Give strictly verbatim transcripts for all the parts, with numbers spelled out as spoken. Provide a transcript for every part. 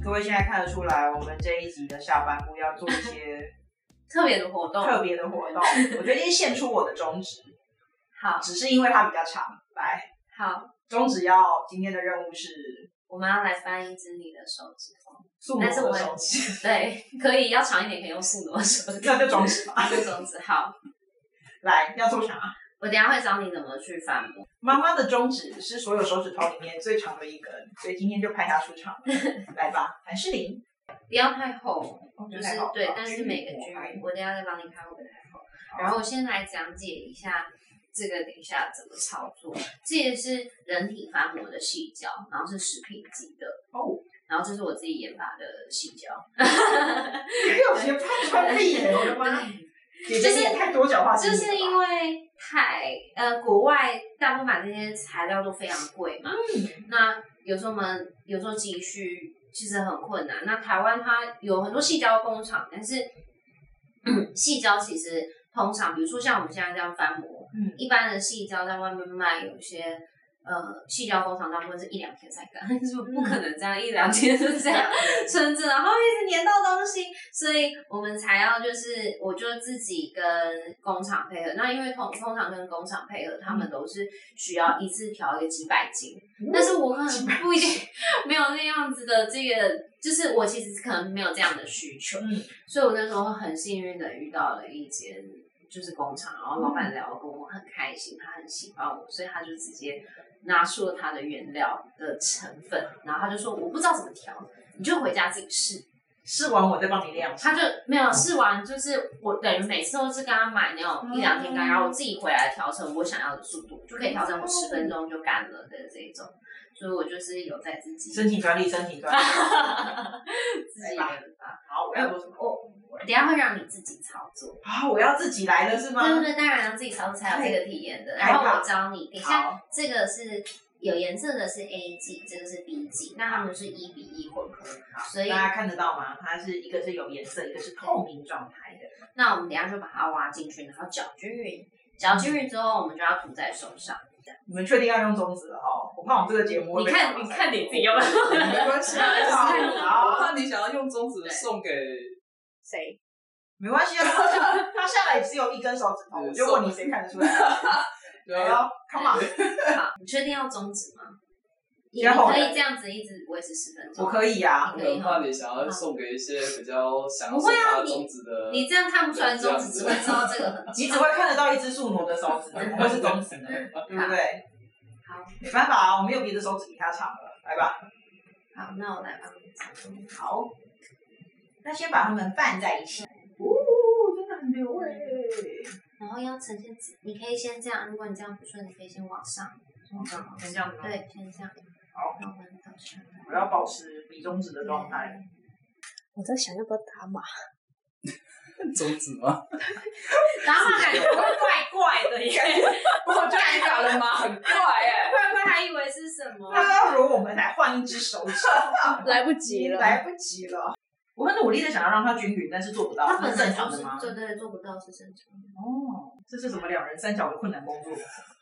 各位现在看得出来，我们这一集的下半部要做一些特别的活动， 特别的活动。我决定献出我的宗旨， 好， 只是因为它比较长。来， 好， 宗旨要今天的任务是， 我们要来翻一支你的手指头， 素但是我挪的手指， 对，可以要长一点，可以用素挪的手指， 那就中指吧， 那就中指。好， 来，要做啥？ 我等一下会教你怎么去翻模。 妈妈的中指是所有手指头里面最长的一根，所以今天就派她出场。来吧，韩诗玲， 不要太厚， 哦就是对，但是每个均匀。我等一下再帮你看会不会太厚。然后我先来讲解一下这个，等一下怎么操作。这个是人体翻模的细胶，然后是食品级的哦。 然后这是我自己研发的细胶。 没有学判穿力耶！我的妈！就是太多角化， 就是因为太呃，国外大部分买这些材料都非常贵嘛。嗯。那有时候我们有时候急需其实很困难。那台湾它有很多细胶工厂，但是嗯，细胶其实通常，比如说像我们现在这样翻模，嗯，一般的细胶在外面卖，有些呃细胶工厂大部分是一两天才干，是不可能这样一两天就这样撑着，然后一直粘到东西，所以我们才要就是我就自己跟工厂配合。那因为通通常跟工厂配合，他们都是需要一次调一个几百斤，嗯、但是我可能不一定没有那样子的这个，就是我其实可能没有这样的需求，嗯，所以我那时候很幸运的遇到了一间。就是工厂，然后老板聊跟我很开心，他很喜欢我，所以他就直接拿出了他的原料的成分，然后他就说我不知道怎么调，你就回家自己试， 试完我再帮你量。 他就没有试完，就是我等于每次都是跟他买那种一两天干，然后我自己回来调成我想要的速度，就可以调成我十分钟就干了的这一种。所以我就是有在自己申请专利，申请专利， 自己研发。 好，我要做什么？ 我等一下会让你自己操作。 啊，我要自己来的是吗？ 对对对，当然要自己操作才有这个体验的。然后我教你，等一下这个是有颜色的是 A 剂，这个是 B 剂，那它们是一比一混合，所以大家看得到吗？它是一个是有颜色，一个是透明状态的。 那我们等一下就把它挖进去，然后搅均匀，搅均匀之后，我们就要涂在手上。 你们确定要用中指了哦？我怕我们这个节目会被你看，你看你自己要不要？ 没关系， 好。我怕你想要用中指送给谁？ 没关系啊，他下来只有一根手指头，我就问你谁看得出来？来哦 ，Come on！ 好，你确定要中指吗？你可以这样子一直维持十分钟。 我可以呀， 我很怕你想要送给一些比较想要送他中指的。 你这样看不出来中指，只会知道这个很。 你只会看得到一只素挪的手指，不会是中指的，对不对？ 好， 没办法啊，我没有别的手指比他长了，来吧。 好，那我来帮你操。 好，那先把它们拌在一起。哦，真的很流诶。 然后要呈现，你可以先这样，如果你这样不顺，你可以先往上， 往上，先这样子吗？ 对，先这样。 好， 然后倒下来。 我要保持比中指的状态。 我在想要不要打码。 中指吗？ 打码感觉会怪怪的耶。 我觉得你打的码很怪耶。 会不会还以为是什么？ 那要如我们来换一只手指， 来不及了， 来不及了。我很努力的想要让它均匀，但是做不到。 它本正常的吗？ 对对，做不到是正常的。 哦，这是什么两人三角的困难工作？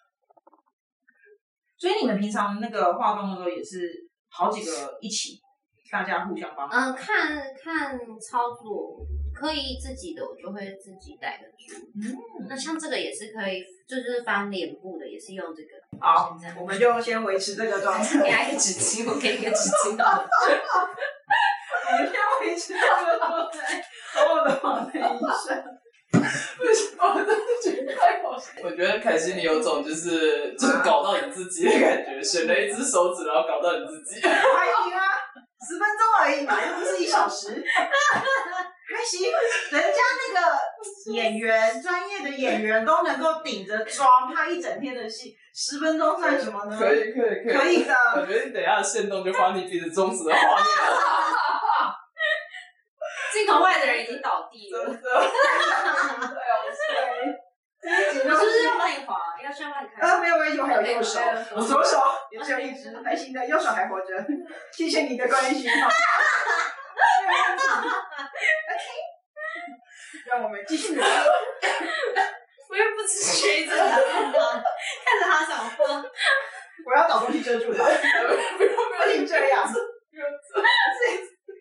所以你们平常那个化妆的时候也是好几个一起，大家互相帮忙。 嗯，看看操作，可以自己的我就会自己带得住。嗯，那像这个也是可以，就是翻脸部的，也是用这个。 好，我们就先维持这个状态。 给他一个纸巾，我给你一个纸巾好了。 我们先维持这个状态，好好的往那一生。 为什么我真的觉得太好笑？我觉得凯西你有种就是就是搞到你自己的感觉，选了一只手指，然后搞到你自己。 还行啊，十分钟而已嘛，又不是一小时，还行。人家那个演员，专业的演员都能够顶着妆拍一整天的戏，十分钟算什么呢？ 可以可以可以， 可以的。 我觉得你等一下的限动就发你鼻子中指的画面。 镜头外的人已经倒地了。 真的。对， 我是不是要帮你滑？要需要帮你开？ 啊，没有关系，我还有右手，我左手也只有一只，还行的，右手还活着。谢谢你的关心。OK， 让我们继续。 我又不只学着他看他，看着他讲话。 我要找东西遮住他。不要不要，不要这样。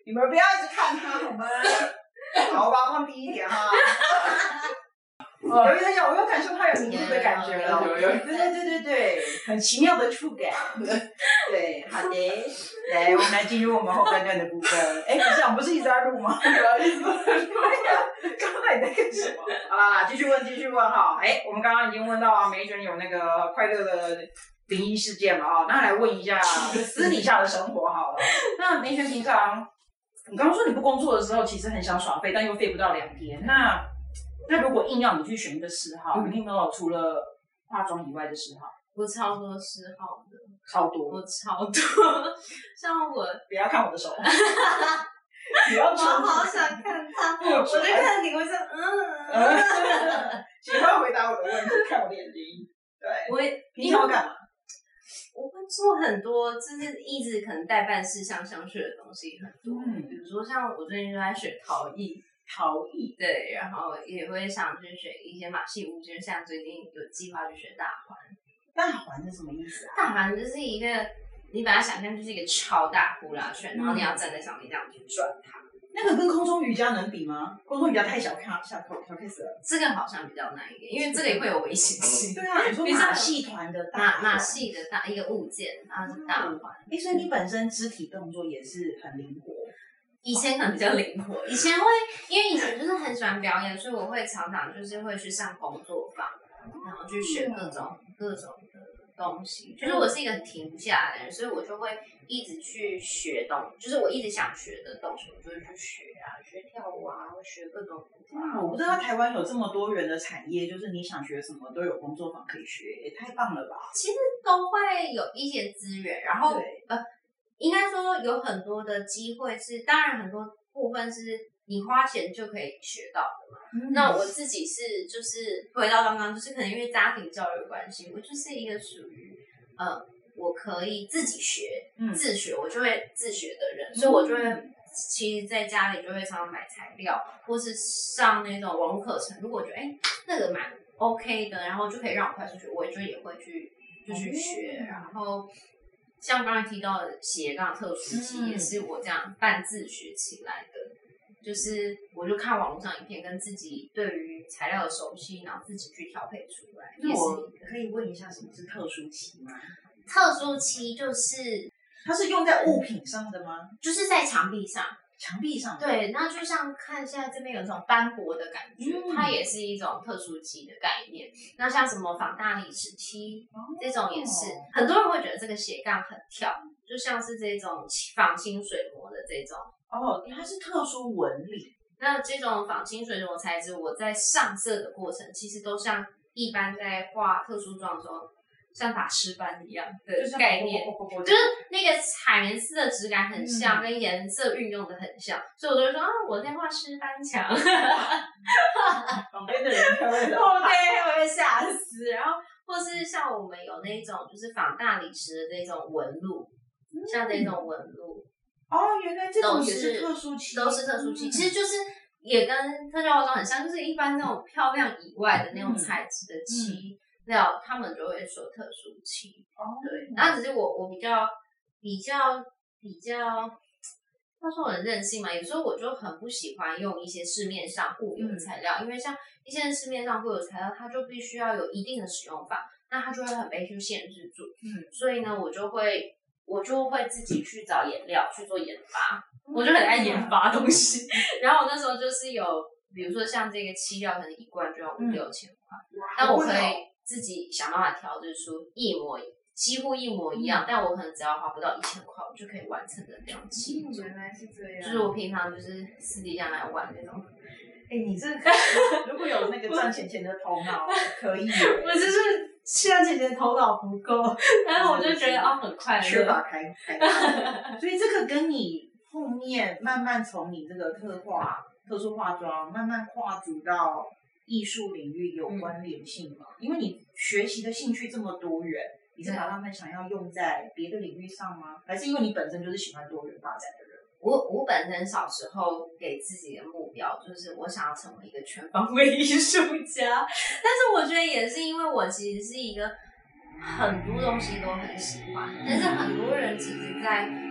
哈。有有有，我有感受到有凝固的感觉了。 有有。 对对对对对，很奇妙的触感。对，好的。来，我们来进入我们后半段的部分。哎，不是，我们不是一直在录吗？ 对啊，一直都在录。 刚刚你在干什么？好啦，继续问，继续问哈。哎，我们刚刚已经问到啊，梅卷有那个快乐的灵异事件了啊，那来问一下私底下的生活好了。那梅卷平常，你刚刚说你不工作的时候，其实很想耍废，但又废不到两天。那那如果硬要你去选一个嗜好，嗯、你有没有除了化妆以外的嗜好？ 我超多嗜好的， 超多， 我超多。像我， 不要看我的手，不要我好想看他，我就看你，我就嗯， 喜欢回答我的问题，看我的眼睛。对， 我平常要干嘛？ 我会做很多，就是一直可能代办事项相学的东西很多，嗯，比如说像我最近就在学陶艺。 陶艺对，然后也会想去学一些马戏舞，就是像最近有计划去学大环。 大环是什么意思啊？ 大环就是一个，你把它想象就是一个超大呼啦圈，然后你要站在上面这样去转它。 那个跟空中瑜伽能比吗？空中瑜伽太小看小小 case 了。 这个好像比较难一点，因为这个也会有危险性。 对啊，你说马戏团的大马马戏的大一个物件，它是大环。 哎、嗯，所以你本身肢体动作也是很灵活。 以前可能比较灵活，以前会因为以前就是很喜欢表演，所以我会常常就是会去上工作坊，然后去学各种各种的东西。就是我是一个很停不下来的人，所以我就会一直去学东西，就是我一直想学的东西，我就会去学啊，学跳舞啊，学各种舞啊。 我不知道台湾有这么多元的产业，就是你想学什么都有工作坊可以学，也太棒了吧！ 其实都会有一些资源，然后呃。应该说有很多的机会是，当然很多部分是你花钱就可以学到的嘛。嗯、那我自己是就是回到刚刚，就是可能因为家庭教育的关系，我就是一个属于呃我可以自己学、嗯、自学，我就会自学的人，所以我就会其实在家里就会常常买材料，或是上那种网络课程。如果我觉得哎、欸、那个蛮 OK 的，然后就可以让我快速学，我就也会去就去学，嗯、然后。像刚才提到的斜杠特殊期，嗯、也是我这样半自学起来的。就是我就看网络上影片，跟自己对于材料的熟悉，然后自己去调配出来。 那我可以问一下，什么是特殊期吗？ 特殊期就是它是用在物品上的吗？ 就是在墙壁上。墙壁上对，那就像看现在这边有这种斑驳的感觉，嗯、它也是一种特殊期的概念。那像什么仿大理石漆、哦、这种也是，很多人会觉得这个斜杠很跳，就像是这种仿清水模的这种。 哦，它是特殊纹理。 那这种仿清水模材质，我在上色的过程，其实都像一般在画特殊妆的时候。像打湿斑一样的概念，就是那个海绵丝的质感很像，嗯、跟颜色运用的很像，所以我就会说啊，我在画湿斑墙。 旁边的人看会对，我会吓死。然后或是像我们有那种就是仿大理石的那种纹路，嗯、像那种纹路。 哦，原来这种也是特殊期， 都是特殊期，嗯、其实就是也跟特效化妆很像，就是一般那种漂亮以外的那种材质的漆。嗯嗯料他们就会说特殊期，哦，对，然后只是我我比较比较比较，他说我很任性嘛，有时候我就很不喜欢用一些市面上固有的材料，嗯、因为像一些市面上固有的材料，它就必须要有一定的使用法，那它就会很被去限制住，嗯，所以呢，我就会我就会自己去找颜料去做研发，嗯、我就很爱研发东西，然后我那时候就是有，比如说像这个漆料，可能一罐就要五六千块，但我可以。自己想办法调制出一模几乎一模一样，嗯、但我可能只要花不到一千块，我就可以完成的这样漆。 嗯、原来是这样。 就是我平常就是私底下来玩那种。 哎、欸，你这如果有那个赚钱钱的头脑，可以。 我就是赚钱钱头脑不够，但是我就觉得哦很快乐， 缺乏开开。所以这个跟你后面慢慢从你这个特化、特殊化妆，慢慢跨足到。艺术领域有关联性吗？嗯、因为你学习的兴趣这么多元，你是把它们想要用在别的领域上吗？还是因为你本身就是喜欢多元发展的人？ 我我本身小时候给自己的目标就是我想要成为一个全方位艺术家，但是我觉得也是因为我其实是一个很多东西都很喜欢，但是很多人其实在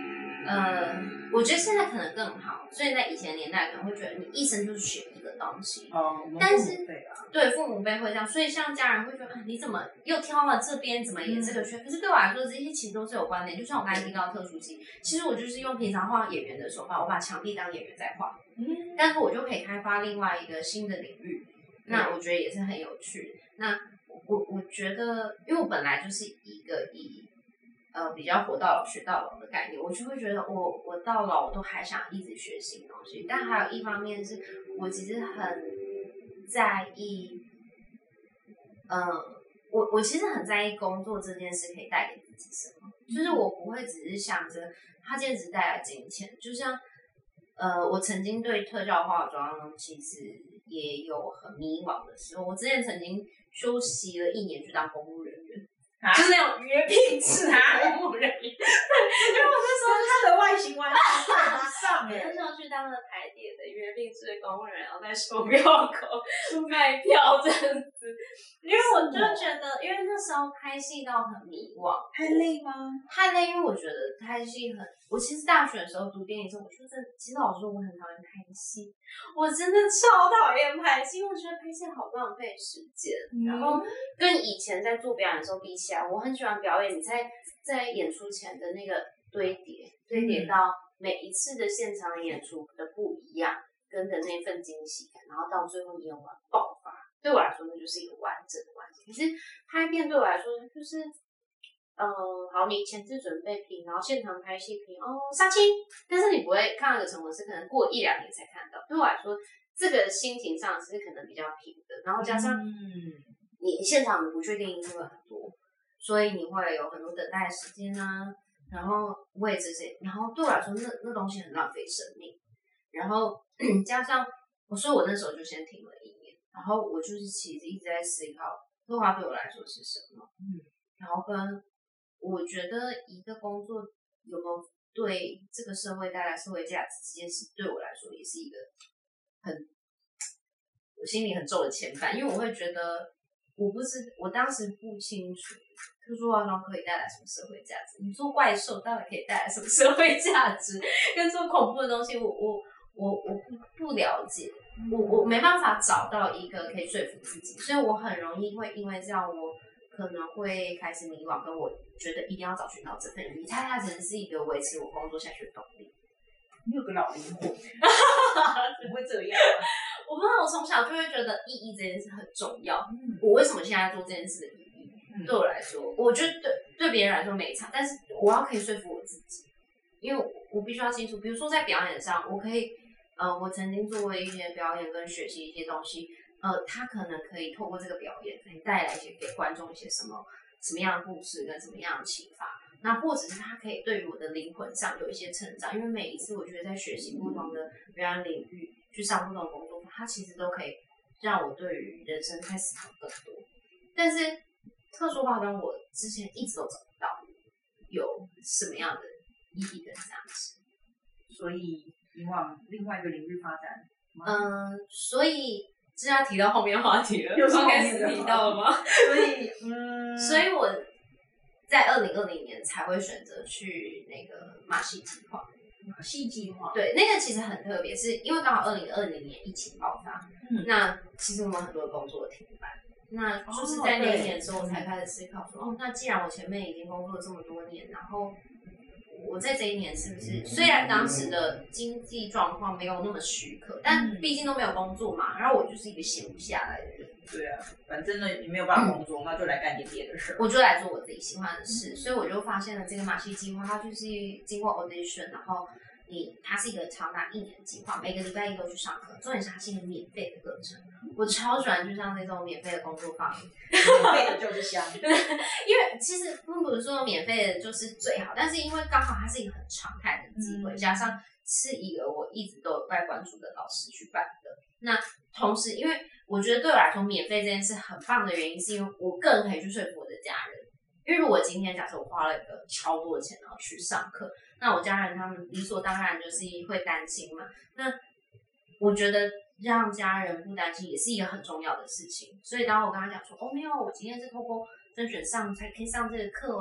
呃，我觉得现在可能更好，所以在以前年代可能会觉得你一生就是学一个东西， 哦， 但是对啊， 对父母辈会这样，所以像家人会觉得、啊、你怎么又挑了这边，怎么也这个缺、嗯？可是对我来说，这些其实都是有关联。就像我刚才提到的特殊性，其实我就是用平常画演员的手法，我把墙壁当演员在画，嗯，但是我就可以开发另外一个新的领域，那我觉得也是很有趣。那我我觉得，因为我本来就是一个以呃比较活到老学到老的概念，我就会觉得我我到老我都还想一直学新东西。但还有一方面是我其实很在意，嗯、呃，我我其实很在意工作这件事可以带给自己什么，就是我不会只是想着它今天只带来金钱，就像呃我曾经对特效化妆其实也有很迷惘的时候，我之前曾经休息了一年去当公务人员，啊、就是那种约聘制的公务人员，因为我那时候他的外形完全对不上哎， 那时候去当了台铁的约聘制的公务人员，然后在售票口卖票这样子，因为我就觉得，因为那时候拍戏到很迷惘， 太累吗？ 太累，因为我觉得拍戏很，我其实大学的时候读电影的时候，我就真的，其实老实说我很讨厌拍戏，我真的超讨厌拍戏，因为我觉得拍戏好浪费时间、嗯，然后跟以前在做表演的时候比起来，我很喜欢表演，你在在演出前的那个堆叠，堆叠到每一次的现场的演出的不一样，跟的那份惊喜感，然后到最后演完爆发，对我来说那就是一个完整的完整。可是拍片对我来说就是，嗯、呃，好，你前置准备品，然后现场拍戏品，哦，杀青，但是你不会看到的成本是可能过一两年才看到。对我来说，这个心情上是可能比较平的，然后加上你现场的不确定因素会很多，所以你会有很多等待时间啊。然后我也这些，然后对我来说那那东西很浪费生命，然后加上我说我那时候就先停了一年，然后我就是其实一直在思考策划对我来说是什么，嗯，然后跟我觉得一个工作有没有对这个社会带来社会价值这件事，对我来说也是一个很我心里很重的牵绊，因为我会觉得我不是我当时不清楚。特殊化妆可以带来什么社会价值？你做怪兽到底可以带来什么社会价值？跟做恐怖的东西，我我我我不不了解，我我没办法找到一个可以说服自己，所以我很容易会因为这样，我可能会开始迷惘，跟我觉得一定要找寻到这份意义，它它只能是一个维持我工作下去的动力。 你有个老灵魂，怎么会这样、啊？ 我不知道，我从小就会觉得意义这件事很重要。嗯、我为什么现在做这件事的意义？对我来说，我觉得对对别人来说没差，但是我要可以说服我自己，因为我我必须要清楚，比如说在表演上，我可以，呃，我曾经做过一些表演跟学习一些东西，呃，他可能可以透过这个表演，可以带来一些给观众一些什么什么样的故事跟什么样的启发，那或者是他可以对于我的灵魂上有一些成长，因为每一次我觉得在学习不同的表演领域，去上不同的工作坊，它其实都可以让我对于人生开始思考更多，但是。特殊化妆我之前一直都找不到有什么样的意义跟价值， 所以你往另外一个领域发展。 嗯，所以这要提到后面的话题了， 又是后面的提到了吗？ 所以，嗯， 所以我在二零二零年才会选择去那个马戏计划。 马戏计划， 对，那个其实很特别，是因为刚好二零二零年疫情爆发，嗯，那其实我们很多的工作停摆。那就是在那一年之后，我才开始思考说，哦，那既然我前面已经工作了这么多年，然后我在这一年是不是，虽然当时的经济状况没有那么许可，但毕竟都没有工作嘛，然后我就是一个闲不下来的人。 对啊，反正呢你没有办法工作，那就来干点别的事。 我就来做我自己喜欢的事，所以我就发现了这个马戏计划，它就是经过 audition， 然后你它是一个长达一年的计划，每个礼拜一都去上课，重点是它是一个免费的课程。我超喜欢就像那种免费的工作坊， 免费的就是香。 因为其实不是说免费的就是最好，但是因为刚好它是一个很常态的机会，嗯、加上是一个我一直都有在关注的老师去办的。那同时，因为我觉得对我来说免费这件事很棒的原因，是因为我更可以去说服我的家人。因为如果今天假设我花了一个超多的钱然后去上课，那我家人他们理所当然就是会担心嘛。那我觉得让家人不担心也是一个很重要的事情。所以当我跟他讲说，哦没有，我今天是透过甄选上才可以上这个课哦，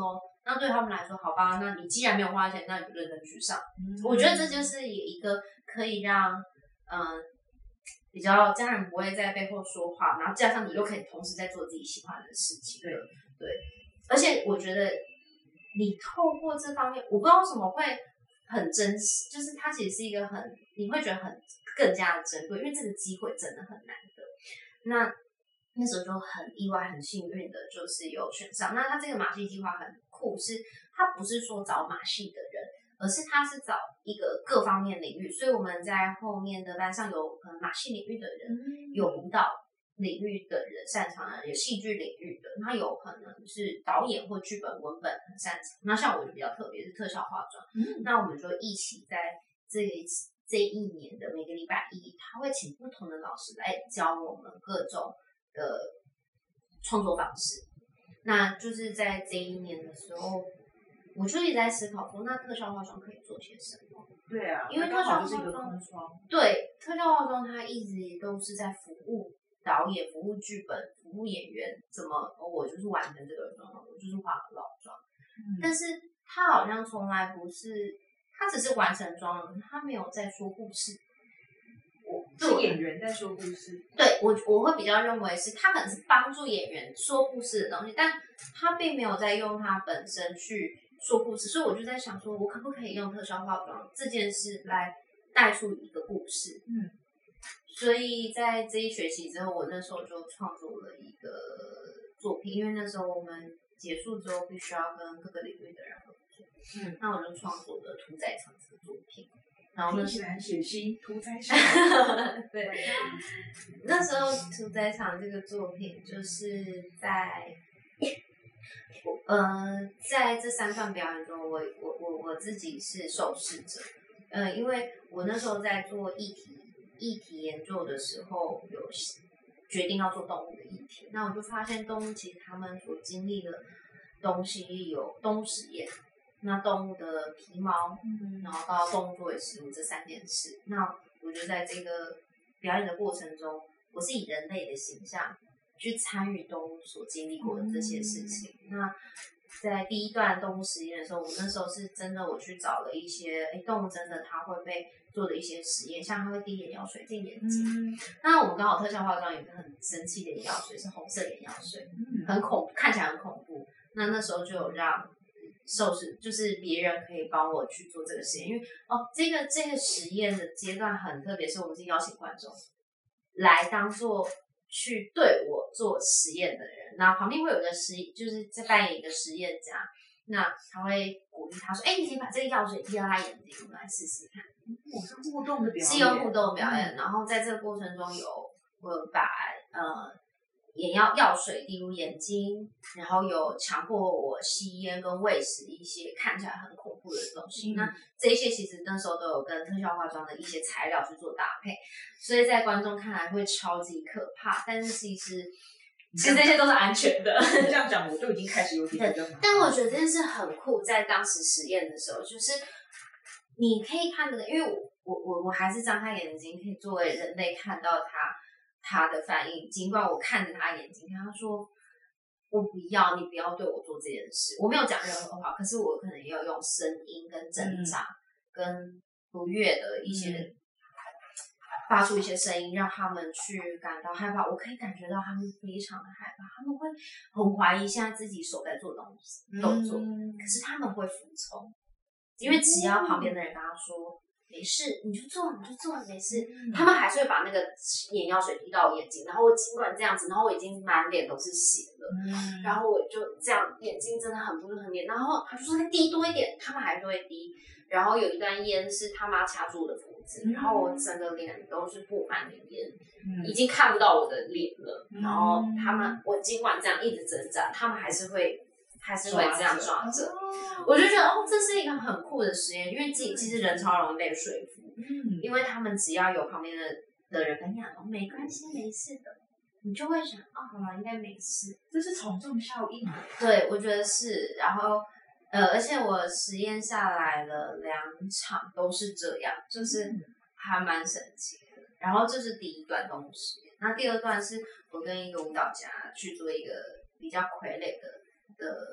那对他们来说，好吧，那你既然没有花钱，那你就认真去上。 嗯我觉得这就是一个可以让嗯、呃、比较家人不会在背后说话，然后加上你又可以同时在做自己喜欢的事情。 对对，而且我觉得你透过这方面，我不知道为什么会很珍惜，就是它其实是一个很你会觉得很更加的珍贵，因为这个机会真的很难得。那那时候就很意外、很幸运的，就是有选上。那他这个马戏计划很酷，是他不是说找马戏的人，而是他是找一个各方面领域。所以我们在后面的班上有可能马戏领域的人， 嗯有舞蹈领域的人擅长的，有戏剧领域的，那有可能是导演或剧本文本很擅长。那像我就比较特别，是特效化妆。 嗯那我们就一起在这一次这一年的每个礼拜一，他会请不同的老师来教我们各种的创作方式。那就是在这一年的时候，我就一直在思考说，那特效化妆可以做些什么？ 对啊， 因为刚好就是一个特效化妆空窗。 对，特效化妆它一直都是在服务导演、服务剧本、服务演员，怎么、哦、我就是完成这个妆，我就是化个老妆。 嗯但是他好像从来不是，他只是完成妆了，他没有在说故事。我是演员在说故事。 对我我会比较认为是他可能是帮助演员说故事的东西，但他并没有在用他本身去说故事，所以我就在想说，我可不可以用特效化妆这件事来带出一个故事？ 嗯， 所以在这一学期之后，我那时候就创作了一个作品，因为那时候我们结束之后必须要跟各个领域的人合作， 嗯， 那我就创作了屠宰场这个作品。然后呢， 听起来很血腥，屠宰场。 对，那时候屠宰场这个作品就是在，呃，在这三段表演中，我我我我自己是受试者，呃，因为我那时候在做议题议题研究的时候，有决定要做动物的议题，那我就发现动物其实他们所经历的东西有动物实验。那动物的皮毛， 嗯， 然后到动物作为食物这三件事，那我觉得在这个表演的过程中，我是以人类的形象去参与动物所经历过的这些事情。嗯、那在第一段动物实验的时候，我那时候是真的我去找了一些，哎，动物真的它会被做的一些实验，像它会滴眼药水进眼睛。嗯、那我们刚好特效化妆有一个很神奇的眼药水，是红色眼药水，嗯、很恐，看起来很恐怖。那那时候就有让。受试就是别人可以帮我去做这个实验，因为哦，这个这个实验的阶段很特别，是我们是邀请观众来当做去对我做实验的人，然后旁边会有一个实，就是在扮演一个实验家，那他会鼓励他说：“哎、欸，你可以把这个药水滴到他眼睛，我们来试试看。” 我是互动的表演， 是有互动的表演，嗯、然后在这个过程中有我把呃。眼药药水滴入眼睛，然后有强迫我吸烟跟喂食一些看起来很恐怖的东西。嗯、那这一些其实那时候都有跟特效化妆的一些材料去做搭配，所以在观众看来会超级可怕，但是其实其实这些都是安全的。 这样讲我就已经开始有点觉得， 但我觉得这件事很酷，在当时实验的时候，就是你可以看的，因为我我我我还是张开眼睛，可以作为人类看到他。他的反应，尽管我看着他眼睛，跟他说：“我不要，你不要对我做这件事。”我没有讲任何话，可是我可能也有用声音跟挣扎、嗯、跟不悦的一些、嗯、发出一些声音，让他们去感到害怕。我可以感觉到他们非常的害怕，他们会很怀疑现在自己手在做东西动作，嗯、可是他们会服从，因为只要旁边的人跟他说。没事，你就做，你就做，没事。嗯、他们还是会把那个眼药水滴到我眼睛，然后我尽管这样子，然后我已经满脸都是血了，嗯、然后我就这样，眼睛真的很不是很黏。然后他就说再滴多一点，他们还是会滴。然后有一段烟是他妈掐住我的脖子，嗯、然后我整个脸都是布满了烟，嗯、已经看不到我的脸了。嗯、然后他们，我尽管这样一直挣扎，他们还是会。还是会这样抓着，我就觉得哦，这是一个很酷的实验，因为自己其实人超容易被说服，嗯，因为他们只要有旁边的的人跟你讲，没关系，没事的，你就会想，哦，好了，应该没事， 这是从众效应。 对，我觉得是，然后呃，而且我实验下来了两场都是这样，就是还蛮神奇的。然后这是第一段动物实验，那第二段是我跟一个舞蹈家去做一个比较傀儡的。的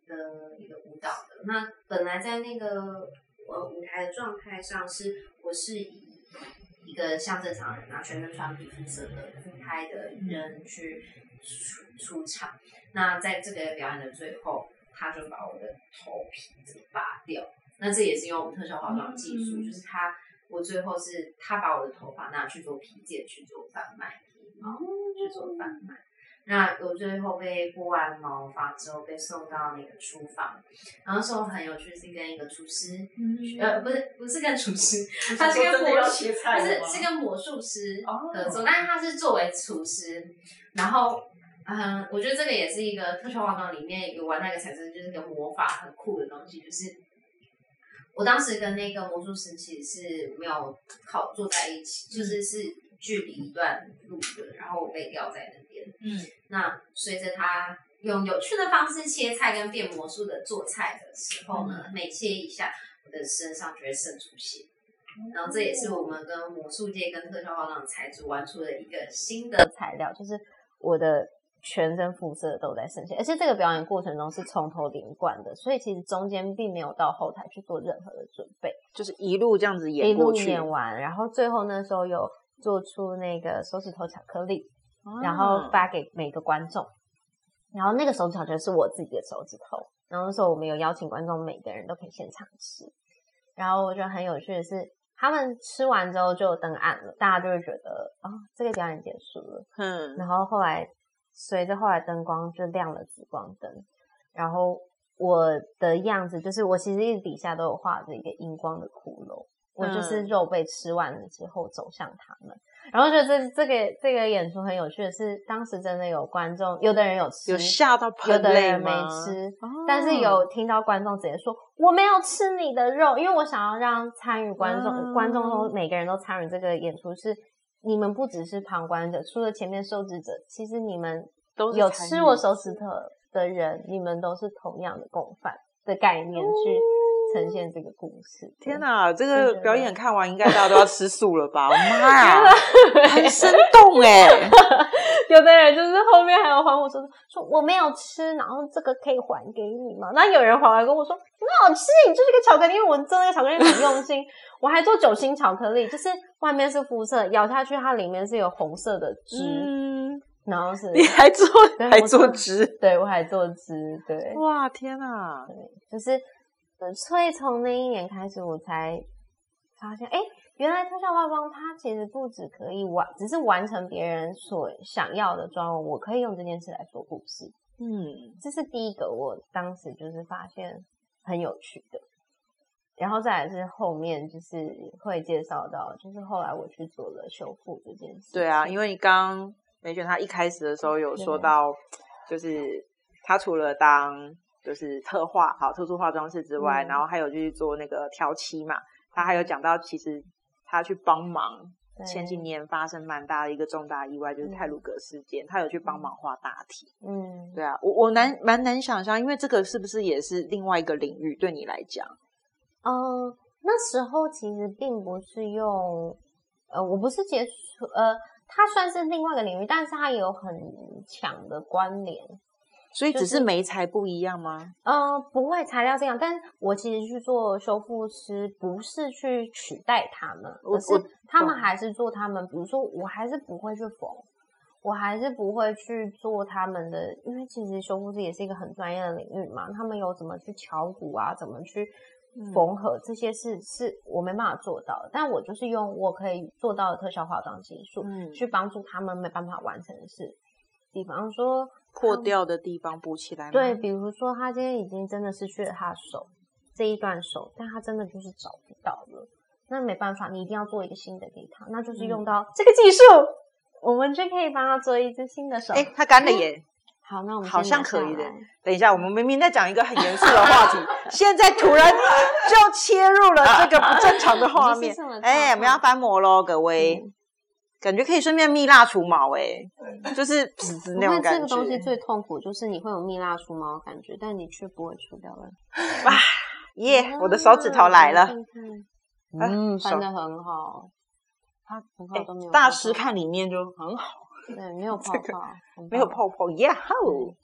的一个舞蹈的。那本来在那个呃舞台的状态上是，我是以一个像正常人啊，全身穿皮肤色的服胎的人去出出场。那在这个表演的最后，他就把我的头皮给拔掉。那这也是用特效化妆技术，嗯、就是他，我最后是他把我的头发拿去做皮件去做贩卖，皮毛去做贩卖。那我最后被拨完毛发之后，被送到那个厨房，然后那时候很有趣，是跟一个厨师，嗯、呃，不是不是跟厨师，他是跟魔术，不是是跟魔术师合作，哦、但是他是作为厨师，然后。嗯，我觉得这个也是一个特效化妆里面有玩那个产生，就是个魔法很酷的东西。就是我当时跟那个魔术师其实是没有靠坐在一起，就是是距离一段路的，然后我被吊在那边。嗯，那随着他用有趣的方式切菜跟变魔术的做菜的时候呢，嗯、每切一下，我的身上就会渗出血。然后这也是我们跟魔术界跟特效化妆才组玩出的一个新的材料，就是我的。全身肤色都在渗血，而且这个表演过程中是从头连贯的，所以其实中间并没有到后台去做任何的准备， 就是一路这样子演过去， 一路演完，然后最后那时候有做出那个手指头巧克力，啊、然后发给每个观众，然后那个手指巧克力是我自己的手指头，然后那时候我们有邀请观众，每个人都可以现场吃，然后我觉得很有趣的是，他们吃完之后就灯暗了，大家就会觉得哦，这个表演结束了，嗯，然后后来。随着后来灯光就亮了紫光灯，然后我的样子就是我其实一直底下都有画着一个荧光的骷髅，我就是肉被吃完了之后走向他们，然后觉得这这个这个演出很有趣的是，当时真的有观众，有的人有吃， 有吓到喷泪吗？ 有的人没吃，哦、但是有听到观众直接说我没有吃你的肉，因为我想要让参与观众、嗯、观众都每个人都参与这个演出是。你们不只是旁观者，除了前面受制者，其实你们有吃我手指头的人，你们都是同样的共犯的概念去呈现这个故事。 天哪，这个表演看完应该大家都要吃素了吧？我妈呀，很生动哎、欸！ 有的人就是后面还有还我说说我没有吃，然后这个可以还给你吗？那有人回来跟我说很好吃，你就是个巧克力，因为我做那个巧克力很用心，我还做酒心巧克力，就是外面是肤色，咬下去它里面是有红色的汁，嗯，然后是你还做还做汁， 对我还做汁，对， 哇天哪， 对，就是所以从那一年开始，我才发现，哎。原来特效化妆它其实不只可以完，只是完成别人所想要的妆容，我可以用这件事来说故事。嗯，这是第一个我当时就是发现很有趣的。然后再来是后面就是会介绍到，就是后来我去做了修复这件事。 对啊，因为你刚刚美璇她一开始的时候有说到，就是她除了当就是特化好特殊化妆师之外，嗯、然后还有就是做那个调漆嘛，她还有讲到其实。他去帮忙，前几年发生蛮大的一个重大意外，就是太鲁阁事件，嗯、他有去帮忙画大体。嗯，对啊，我我难蛮难想象，因为这个是不是也是另外一个领域对你来讲？ 嗯、呃，那时候其实并不是用，呃，我不是接触，呃，它算是另外一个领域，但是它也有很强的关联。 所以只是媒材不一样吗？ 就是、呃，不会，材料这样，但是我其实去做修复师，不是去取代他们，而是他们还是做他们，比如说我还是不会去缝，我还是不会去做他们的，因为其实修复师也是一个很专业的领域嘛，他们有怎么去敲骨啊，怎么去缝合、嗯、这些事是我没办法做到的，但我就是用我可以做到的特效化妆技术、嗯、去帮助他们没办法完成的事，比方说破掉的地方补起来吗？ 对，比如说他今天已经真的失去了他的手这一段手，但他真的就是找不到了，那没办法，你一定要做一个新的给他，那就是用到这个技术、嗯、我们就可以帮他做一只新的手。 诶他干了耶、嗯、 好，那我们好像可以的。等一下，我们明明在讲一个很严肃的话题现在突然就切入了这个不正常的画面哎，我们要翻模咯各位、嗯，感觉可以顺便蜜蜡除毛诶、欸、就是滋滋那种感觉。 这个东西最痛苦就是你会有蜜蜡除毛的感觉，但你却不会除掉了。 哇耶、yeah, 我的手指头来了。看看嗯，翻得很好。它很好都没有泡泡、 欸、大师看里面就很好。 对，没有泡泡。 这个、没有泡泡 ，Yeah ho！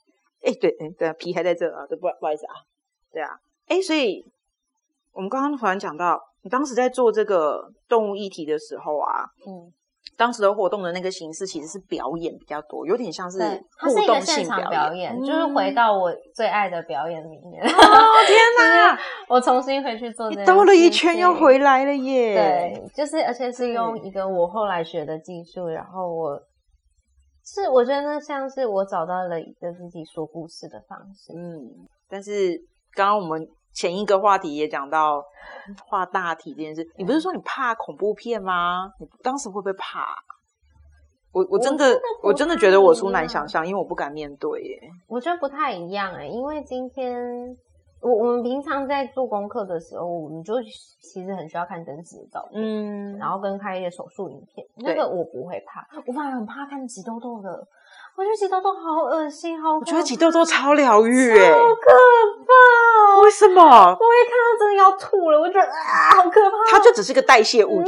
哎、欸，对，哎、欸，对，皮还在这啊，对，不不好意思啊，对啊，哎、欸，所以我们刚刚突然讲到，你当时在做这个动物议题的时候啊，嗯。当时的活动的那个形式其实是表演比较多，有点像是互动性表演， 表演嗯、就是回到我最爱的表演里面。 哦天哪！ 我重新回去做这件事情， 你兜了一圈又回来了耶！ 对，就是而且是用一个我后来学的技术，然后我是我觉得那像是我找到了一个自己说故事的方式。 嗯，但是刚刚我们前一个话题也讲到画大体这件事，你不是说你怕恐怖片吗？你当时会不会怕？我我真的 我 真, 我真的觉得我出难想象，因为我不敢面对耶。 我觉得不太一样哎，因为今天我我们平常在做功课的时候，我们就其实很需要看真实的照片，嗯，然后跟看一些手术影片，那个我不会怕，我反而很怕看挤痘痘的。我觉得挤痘痘好恶心，好可怕。 我觉得挤痘痘超疗愈耶， 超可怕。 为什么？ 我一看到真的要吐了，我觉得啊，好可怕。 它就只是个代谢物质。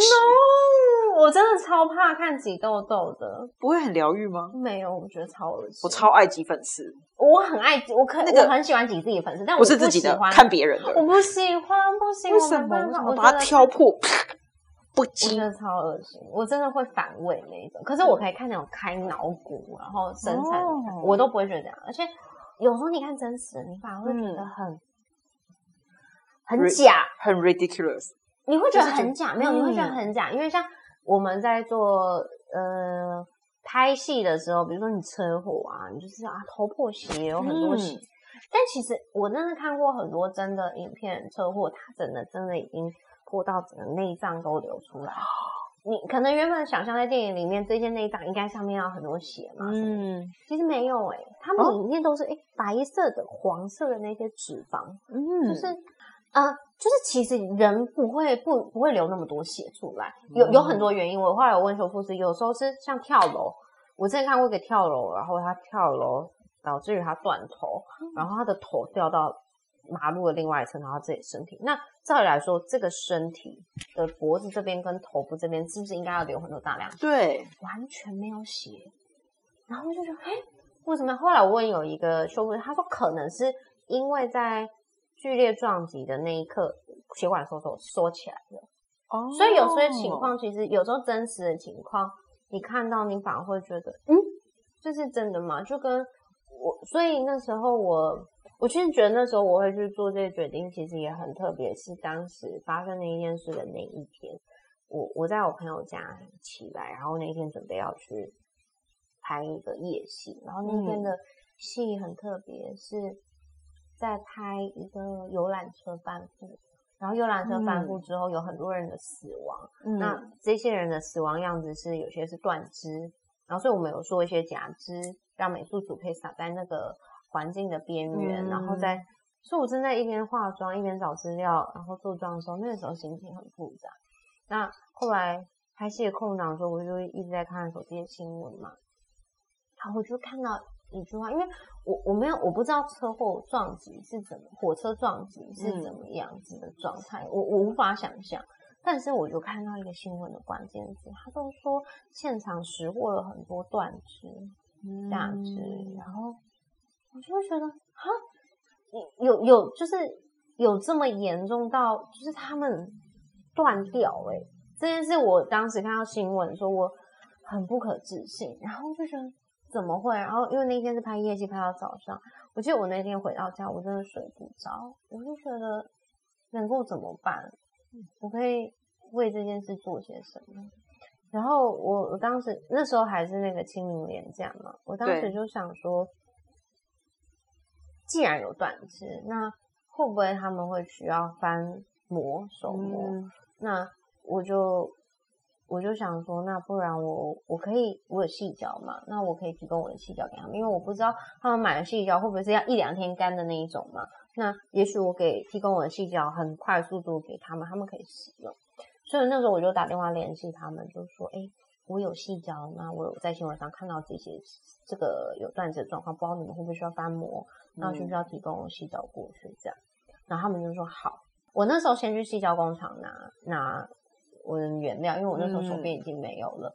No， 我真的超怕看挤痘痘的。 不会很疗愈吗？ 没有，我觉得超恶心。 我超爱挤粉刺， 我很爱挤，我可、那个、我很喜欢挤自己的粉刺，但我不是自己的，看别人的。 我不喜欢，不行。 为什么？我把它挑破。不挤， 我觉得超恶心，我真的会反胃那一种。可是我可以看那种开脑骨，然后生产，哦、我都不会觉得这样。而且有时候你看真实的，你反而会觉得很、嗯、很假， 很 ridiculous。 你会觉得很假，没有，你会觉得很假，因为像我们在做呃拍戏的时候，比如说你车祸啊，你就是啊头破血有很多血、嗯，但其实我真的看过很多真的影片，车祸它真的真的已经破到整个内脏都流出来。你可能原本想象在电影里面这些内脏应该上面要很多血嘛，嗯，其实没有诶、欸，他们里面都是诶、欸、白色的、黄色的那些脂肪，嗯，就是呃，就是其实人不会不不会流那么多血出来，有有很多原因。我后来有问修复师，有时候是像跳楼，我之前看过一个跳楼，然后他跳楼导致于他断头，然后他的头掉到马路的另外一侧，然后自己身体。那照理来说，这个身体的脖子这边跟头部这边是不是应该要流很多大量血？ 对， 完全没有血。然后我就觉得，哎，为什么？后来我问有一个修复师，他说可能是因为在剧烈撞击的那一刻，血管收缩缩起来了。哦，所以有些情况，其实有时候真实的情况，你看到你反而会觉得，嗯，这是真的吗？就跟我，所以那时候我。我其实觉得那时候我会去做这个决定，其实也很特别，是当时发生那一件事的那一天，我我在我朋友家起来，然后那天准备要去拍一个夜戏，然后那天的戏很特别，是在拍一个游览车翻覆，然后游览车翻覆之后有很多人的死亡，嗯、那这些人的死亡样子是有些是断肢，然后所以我们有做一些假肢，让美术组可以撒在那个环境的边缘、嗯，然后在，所以我正在一边化妆一边找资料，然后做妆的时候，那个时候心情很复杂。那后来拍戏的空档的时候，我就一直在看手机的新闻嘛，然后我就看到一句话，因为我我没有我不知道车祸撞击是怎么，火车撞击是怎么样子的状态，嗯、我我无法想象。但是我就看到一个新闻的关键字，他都说现场拾获了很多断肢、假肢、嗯，然后。我就会觉得，哈，有有就是有这么严重到，就是他们断掉哎、欸，这件事我当时看到新闻说我很不可置信，然后就觉得怎么会？然后因为那天是拍夜戏拍到早上，我记得我那天回到家我真的睡不着，我就觉得能够怎么办？我可以为这件事做些什么？然后我我当时那时候还是那个清明连假嘛，我当时就想说。既然有断肢，那会不会他们会需要翻模手模、嗯？那我就我就想说，那不然我我可以我有细胶嘛？那我可以提供我的细胶给他们，因为我不知道他们买的细胶会不会是要一两天干的那一种嘛？那也许我给提供我的细胶很快速度给他们，他们可以使用。所以那时候我就打电话联系他们，就说，哎，我有细胶，那我有在新闻上看到这些这个有断肢的状况，不知道你们会不会需要翻模？那需不需要提供细胶过去这样？然后他们就说好。我那时候先去细胶工厂拿拿我的原料，因为我那时候手边已经没有了。嗯、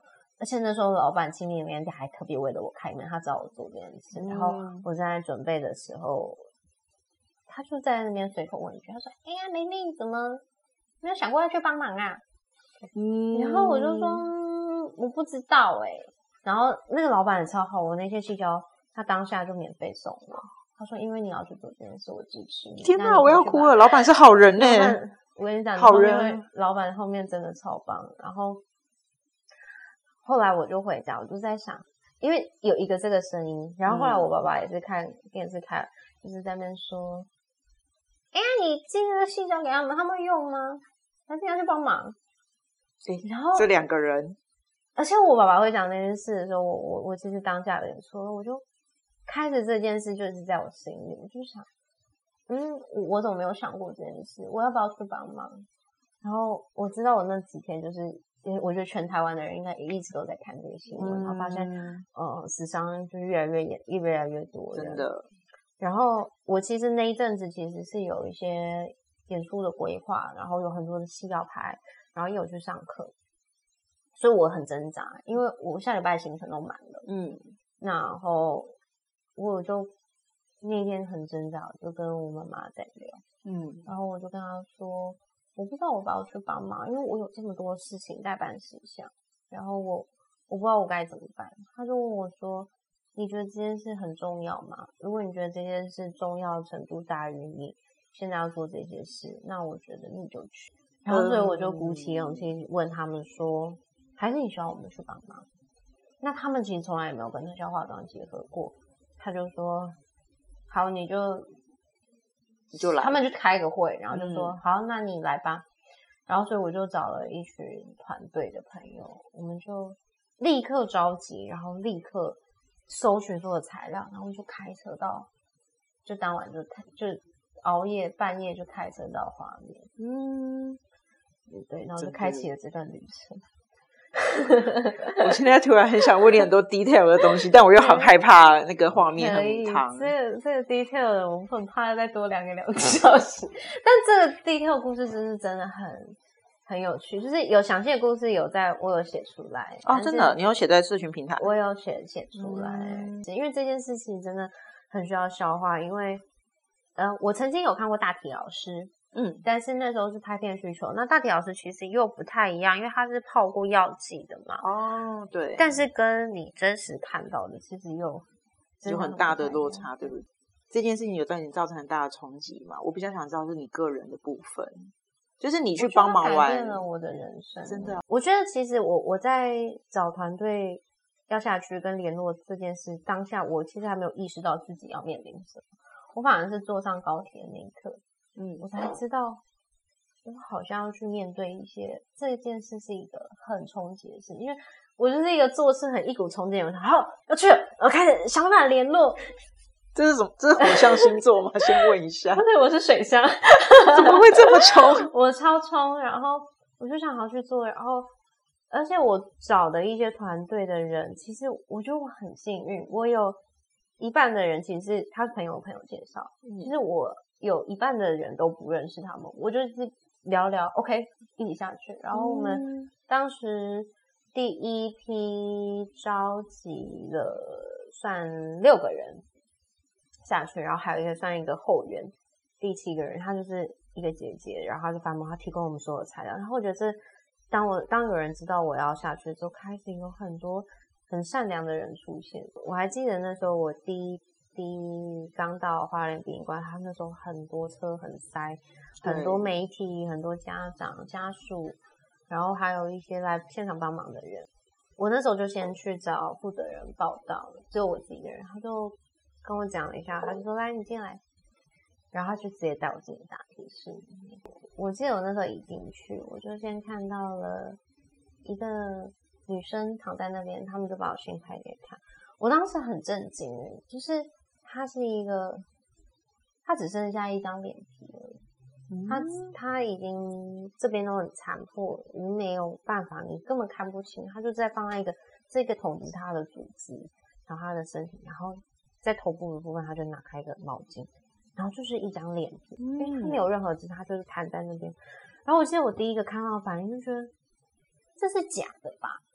而且那时候老板亲临面还特别为了我开门，他知道我做这件事， 嗯、 然后我在准备的时候，他就在那边随口问一句，他说：“哎呀，玲玲怎么没有想过要去帮忙啊？”嗯，然后我就说、嗯、我不知道哎、欸。然后那个老板也超好，我那些细胶他当下就免费送了。他说：“因为你要去做这件事，我支持你。” 天哪，我要哭了！老板是好人呢、欸。 我跟你讲， 好人， 老板后面真的超棒。然后后来我就回家，我就在想，因为有一个这个声音，然后后来我爸爸也是看电视看，就是在那边说：“哎呀，你寄那个细胶给他们，他们会用吗？还是要去帮忙？”然后这两个人， 而且我爸爸会讲那件事的时候，我我我其实当下有点错了，我就开始这件事就是在我心里，我就想，嗯，我怎么没有想过这件事？我要不要去帮忙？然后我知道我那几天就是，因为我觉得全台湾的人应该也一直都在看这个新闻，然后发现，呃，死伤就越来越严，越来越多人。 真的。 然后我其实那一阵子其实是有一些演出的规划，然后有很多的戏要拍。然后也有去上课，所以我很挣扎，因为我下礼拜行程都满了，嗯，然后我就那天很挣扎，就跟我妈妈在聊，嗯，然后我就跟她说，我不知道我要不要去帮忙，因为我有这么多事情待办事项，然后我我不知道我该怎么办。她就问我说，你觉得这件事很重要吗？如果你觉得这件事重要程度大于你现在要做这些事，那我觉得你就去。然后所以我就鼓起勇气问他们说，还是你需要我们去帮忙？那他们其实从来也没有跟特效化妆结合过。他就说，好，你就你就来。 他们就开个会，然后就说、嗯、好，那你来吧。然后所以我就找了一群团队的朋友，我们就立刻召集，然后立刻搜寻所有材料，然后就开车到，就当晚就就熬夜半夜就开车到花莲，嗯。对，然后就开启了这段旅程。 我现在突然很想问你很多 detail 的东西，但我又很害怕那个画面很母汤。 这个这个 detail 的，我很怕再多聊个两个小时。但这个 detail 故事真是真的很很有趣，就是有详细的故事有在我有写出来哦，真的，你有写在社群平台？ 我有写写出来、嗯，因为这件事情真的很需要消化，因为呃，我曾经有看过大体老师。嗯，但是那时候是拍片需求，那大体老师其实又不太一样，因为他是泡过药剂的嘛。 哦，对。 但是跟你真实看到的，其实又有很大的落差，对不对？这件事情有对你造成很大的冲击吗？我比较想知道是你个人的部分，就是你去帮忙完， 改变了我的人生。 真的， 我觉得其实我我在找团队要下去跟联络这件事当下，我其实还没有意识到自己要面临什么，我反而是坐上高铁那一刻。嗯，我才知道，我好像要去面对一些这件事是一个很冲击的事，因为我就是一个做事很一股冲劲，我想好要去了，我开始想办法联络。 这是什么？这是火象星座吗？先问一下。 对，我是水象， 怎么会这么冲？ 我超冲，然后我就想好去做，然后而且我找的一些团队的人，其实我觉得我很幸运，我有一半的人其实是他朋友朋友介绍，嗯、其实我。有一半的人都不认识他们，我就是聊聊 ，OK， 一起下去。然后我们当时第一批召集了算六个人下去，然后还有一个算一个后援，第七个人她就是一个姐姐，然后她就帮忙，她提供我们所有材料。然后我觉得这当我当有人知道我要下去之后，开始有很多很善良的人出现。我还记得那时候我第一。第一刚到花莲殡仪馆，他那时候很多车很塞，很多媒体、很多家长、家属，然后还有一些来现场帮忙的人。我那时候就先去找负责人报道，只有我自己一个人，他就跟我讲了一下，他就说：“来，你进来。”然后他就直接带我进大体室里面。我记得我那时候一进去，我就先看到了一个女生躺在那边，他们就把我先拍给看。我当时很震惊，就是他是一个，他只剩下一张脸皮了，嗯、他他已经这边都很残破，你没有办法，你根本看不清，他就在放在一个这个筒子是他的组织，然后他的身体，然后在头部的部分他就拿开一个毛巾，然后就是一张脸皮，嗯、因为他没有任何姿势，他就是瘫在那边。然后我记得我第一个看到的反应就觉得这是假的吧。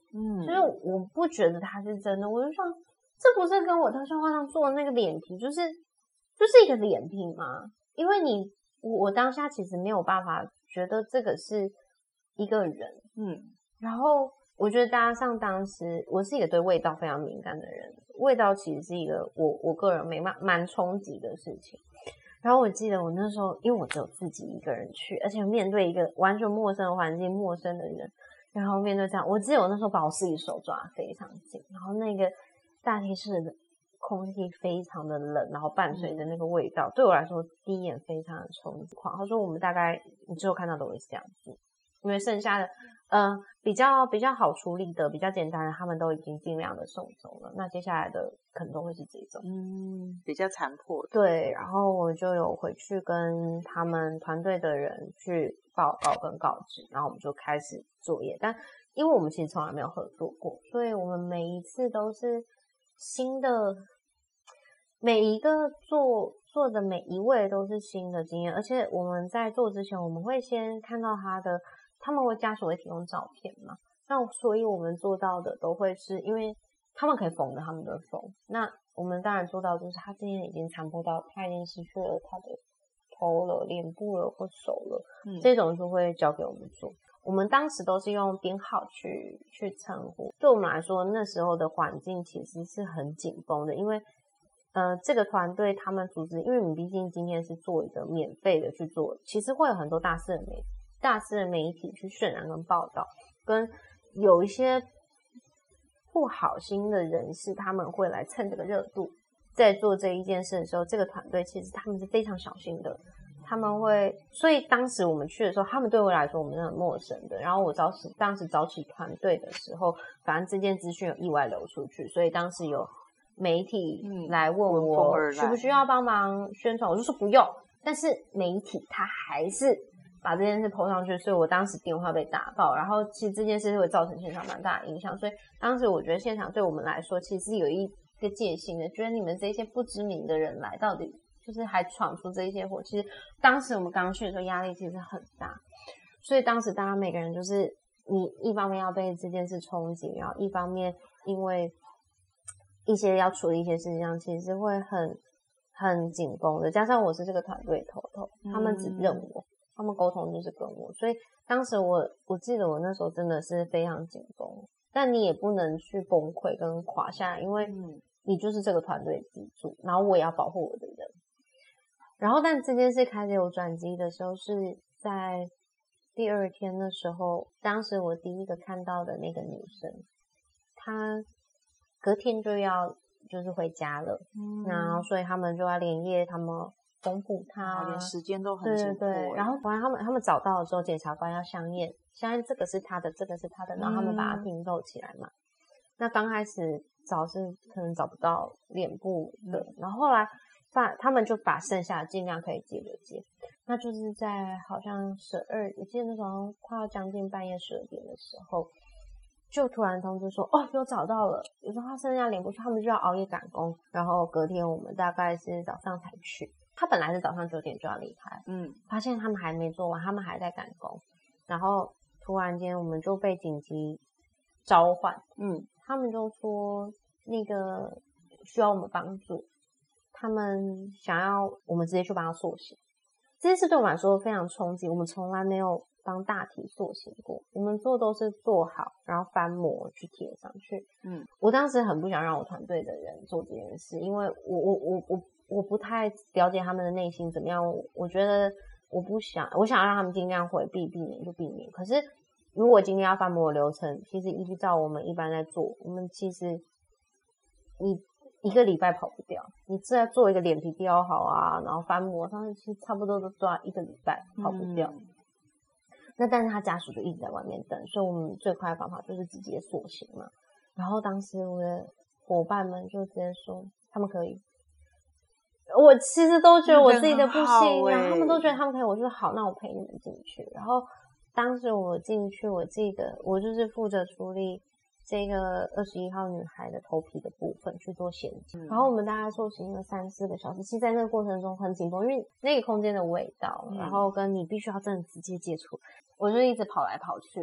嗯，所以我不觉得它是真的，我就想这不是跟我特效画上做的那个脸皮，就是就是一个脸皮吗？因为你我我当下其实没有办法觉得这个是一个人，嗯，然后我觉得加上当时我是一个对味道非常敏感的人，味道其实是一个我我个人没蛮蛮冲击的事情。然后我记得我那时候，因为我只有自己一个人去，而且面对一个完全陌生的环境、陌生的人，然后面对这样，我记得我那时候把我自己手抓得非常紧，然后那个大厅室的空气非常的冷，然后伴随着那个味道，对我来说第一眼非常的冲击。他说我们大概你之后看到都会是这样子，因为剩下的呃比较比较好处理的、比较简单的，他们都已经尽量的送走了。那接下来的可能都会是这种， 嗯，比较残破的。 对，然后我就有回去跟他们团队的人去报告跟告知，然后我们就开始作业。但因为我们其实从来没有合作过，所以我们每一次都是新的，每一个做做的每一位都是新的经验，而且我们在做之前，我们会先看到他的，他们会家属会提供照片嘛，那所以我们做到的都会是因为他们可以缝的，他们都缝。那我们当然做到就是他今天已经残破到他已经失去了他的头了、脸部了或手了，嗯，这种就会交给我们做。我们当时都是用编号去去称呼，对我们来说那时候的环境其实是很紧绷的，因为呃这个团队他们组织，因为我们毕竟今天是做一个免费的去做，其实会有很多大私人媒大私人媒体去渲染跟报道，跟有一些不好心的人士他们会来蹭这个热度，在做这一件事的时候，这个团队其实他们是非常小心的，他们会，所以当时我们去的时候，他们对我来说我们是很陌生的。然后我早起当时早起团队的时候，反正这件资讯有意外流出去，所以当时有媒体来问我需不需要帮忙宣传，我就说不用，但是媒体他还是把这件事 po 上去，所以我当时电话被打爆，然后其实这件事会造成现场蛮大的影响，所以当时我觉得现场对我们来说其实有一个戒心的，觉得你们这些不知名的人来到底就是还闯出这一些祸，其实当时我们刚去的时候压力其实很大，所以当时大家每个人就是你一方面要被这件事冲击，然后一方面因为一些要处理一些事情上其实会很很紧绷的，加上我是这个团队头头，他们只认我，他们沟通就是跟我，所以当时我我记得我那时候真的是非常紧绷，但你也不能去崩溃跟垮下来，因为你就是这个团队支柱，然后我也要保护我的人。然后但这件事开始有转机的时候是在第二天的时候，当时我第一个看到的那个女生，她隔天就要就是回家了，嗯，然后所以他们就要连夜他们公布她， 连时间都很紧迫。 对对，然后反正他们他们找到的时候，检察官要相验，相验这个是他的，这个是他的，然后他们把它拼凑起来嘛。嗯，那刚开始找是可能找不到脸部的，嗯，然后后来把他们就把剩下的尽量可以接就接，那就是在好像十二，我记得那时候快要将近半夜十二点的时候，就突然通知说哦有找到了，有时候他剩下脸部，他们就要熬夜赶工，然后隔天我们大概是早上才去，他本来是早上九点就要离开，嗯，发现他们还没做完，他们还在赶工，然后突然间我们就被紧急召唤，嗯，他们就说那个需要我们帮助，他们想要我们直接去帮他塑形。这件事对我们来说非常冲击，我们从来没有帮大体塑形过，我们做都是做好然后翻模去贴上去。嗯，我当时很不想让我团队的人做这件事，因为我我我我我不太了解他们的内心怎么样，我我觉得我不想，我想让他们尽量回避，避免就避免。可是如果今天要翻模的流程，其实依照我们一般在做，我们其实你一个礼拜跑不掉，你再做一个脸皮雕好啊，然后翻模上去，其实差不多都抓一个礼拜跑不掉。嗯，那但是他家属就一直在外面等，所以我们最快的方法就是直接塑形嘛。然后当时我的伙伴们就直接说他们可以，我其实都觉得我自己的不行，欸，然后他们都觉得他们可以，我就说好，那我陪你们进去。然后当时我进去，我记得我就是负责处理这个二十一号女孩的头皮的部分去做衔接，嗯，然后我们大概塑形了三四个小时，其实在那个过程中很紧绷，因为那个空间的味道，嗯，然后跟你必须要真的直接接触，我就一直跑来跑去，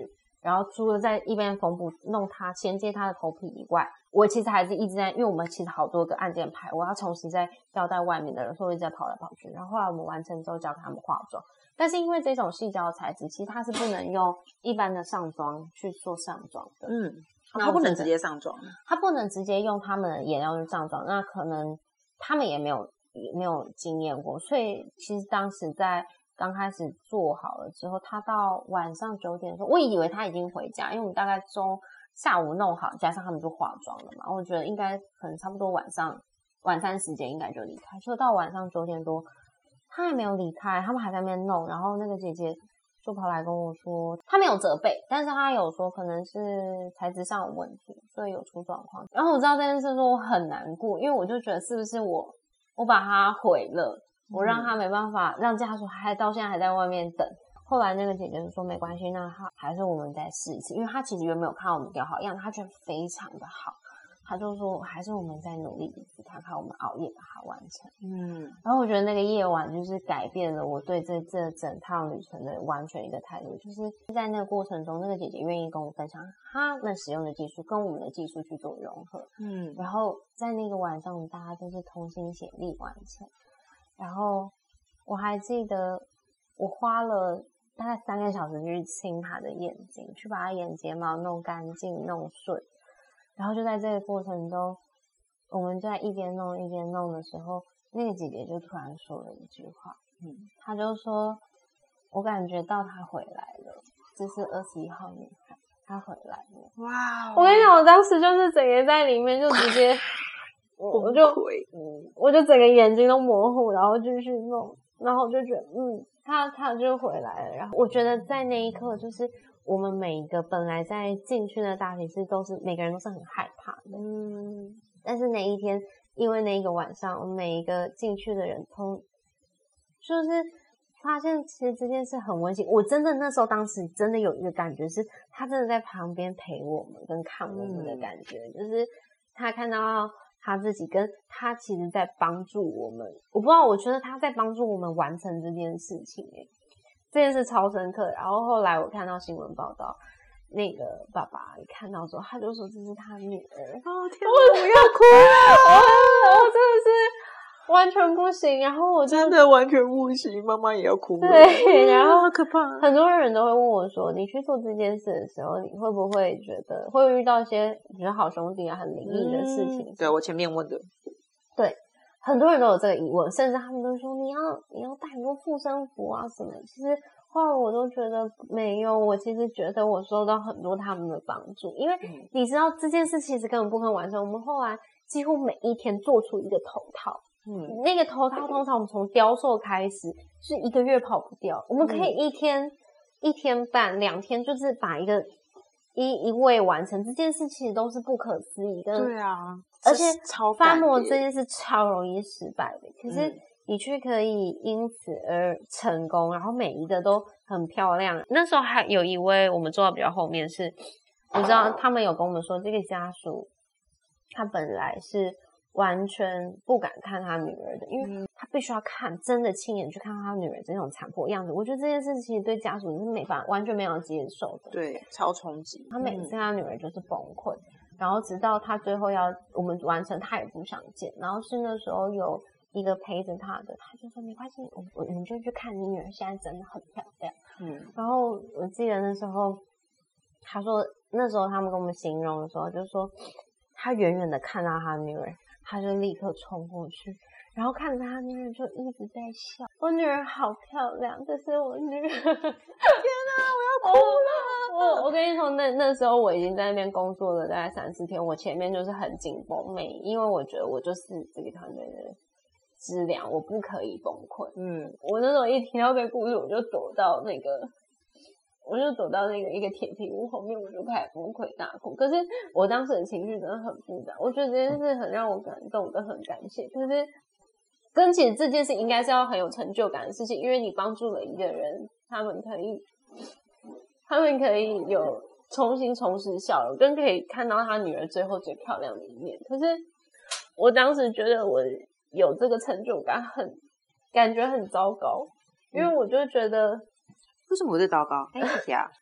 然后除了在一边缝补弄它衔接它的头皮以外，我其实还是一直在，因为我们其实好多个案件排，我要同时在交代外面的人，所以我一直在跑来跑去。然后后来我们完成之后交给他们化妆，但是因为这种细胶材质，其实它是不能用一般的上妆去做上妆的。 嗯，它不能直接上妆， 它不能直接用他们的颜料去上妆，那可能他们也没有也没有经验过，所以其实当时在刚开始做好了之后，他到晚上九点的时候，我以为他已经回家，因为我们大概中下午弄好，加上他们就化妆了嘛，我觉得应该可能差不多晚上晚餐时间应该就离开，就到晚上九点多他还没有离开，他们还在那边弄，然后那个姐姐就跑来跟我说，他没有责备，但是他有说可能是材质上有问题，所以有出状况。然后我知道这件事，说我很难过，因为我就觉得是不是我我把它毁了，我让他没办法，让家属还到现在还在外面等。后来那个姐姐就说没关系，那他还是我们再试一次，因为他其实原本有看到我们调好样子，他觉得非常的好。他就说还是我们再努力一次，看看我们熬夜把它完成。嗯，然后我觉得那个夜晚就是改变了我对这这整趟旅程的完全一个态度，就是在那个过程中，那个姐姐愿意跟我分享他们使用的技术跟我们的技术去做融合。嗯，然后在那个晚上，大家都是同心协力完成。然后我还记得我花了大概三个小时去清他的眼睛，去把他眼睫毛弄干净弄顺。然后就在这个过程中，我们就在一边弄一边弄的时候，那个姐姐就突然说了一句话，嗯，她就说我感觉到她回来了，这是二十一号女孩，她回来了。哇！我跟你讲，我当时就是整个在里面就直接我我就嗯，我就整个眼睛都模糊，然后继续弄，然后我就觉得嗯，她她就回来了。然后我觉得在那一刻就是我们每一个本来在进去的大体室都是每个人都是很害怕的，嗯，但是那一天因为那一个晚上，我们每一个进去的人都就是发现其实这件事很温馨。我真的那时候当时真的有一个感觉是，他真的在旁边陪我们跟看我们的感觉，嗯，就是他看到他自己跟他其实在帮助我们，我不知道，我觉得他在帮助我们完成这件事情耶。这件事超深刻。然后后来我看到新闻报道，那个爸爸一看到之后，他就说这是他女儿。哦天哪，我要哭了！我真的是完全不行。然后我真的完全不行，妈妈也要哭了。 对，然后好可怕。 很多人都会问我说，你去做这件事的时候，你会不会觉得会遇到一些比如好兄弟啊、很灵异的事情？ 嗯，对，我前面问的。 对。很多人都有这个疑问，甚至他们都说你要你要带很多护身符啊什么。其实后来我都觉得没有，我其实觉得我收到很多他们的帮助，因为你知道这件事其实根本不可能完成。我们后来几乎每一天做出一个头套，嗯，那个头套通常我们从雕塑开始是一个月跑不掉，我们可以一天、嗯、一天半两天就是把一个一一位完成这件事，其实都是不可思议的。 对啊。 而且翻模这件事超容易失败的，可是你却可以因此而成功，然后每一个都很漂亮。那时候还有一位我们做到比较后面是，我知道他们有跟我们说，这个家属他本来是完全不敢看他女儿的，因为他必须要看真的亲眼去看他女儿这种残破样子。我觉得这件事其实对家属是没办法完全没有接受的， 对，超冲击。 他每次看他女儿就是崩溃。然后直到他最后要我们完成，他也不想见。然后是那时候有一个陪着他的，他就说没关系，我我你就去看你女儿，现在真的很漂亮。嗯，然后我记得那时候他说，那时候他们跟我们形容的时候，就说他远远的看到他女儿，他就立刻冲过去，然后看着他女儿就一直在笑。我女儿好漂亮，这是我女儿。天哪，我要哭了。我我跟你说，那那时候我已经在那边工作了大概三四天，我前面就是很紧绷，每因为我觉得我就是这个团队的资粮，我不可以崩溃。嗯，我那时候一听到这个故事，我就躲到那个，我就躲到那个一个铁皮屋后面，我就开始崩溃大哭。可是我当时的情绪真的很复杂，我觉得这件事很让我感动的，很感谢。可是跟其实这件事应该是要很有成就感的事情，因为你帮助了一个人，他们可以。他们可以有重新重拾笑容，跟可以看到他女儿最后最漂亮的一面。可是我当时觉得我有这个成就感很感觉很糟糕，因为我就觉得为什么我是糟糕？哎呀，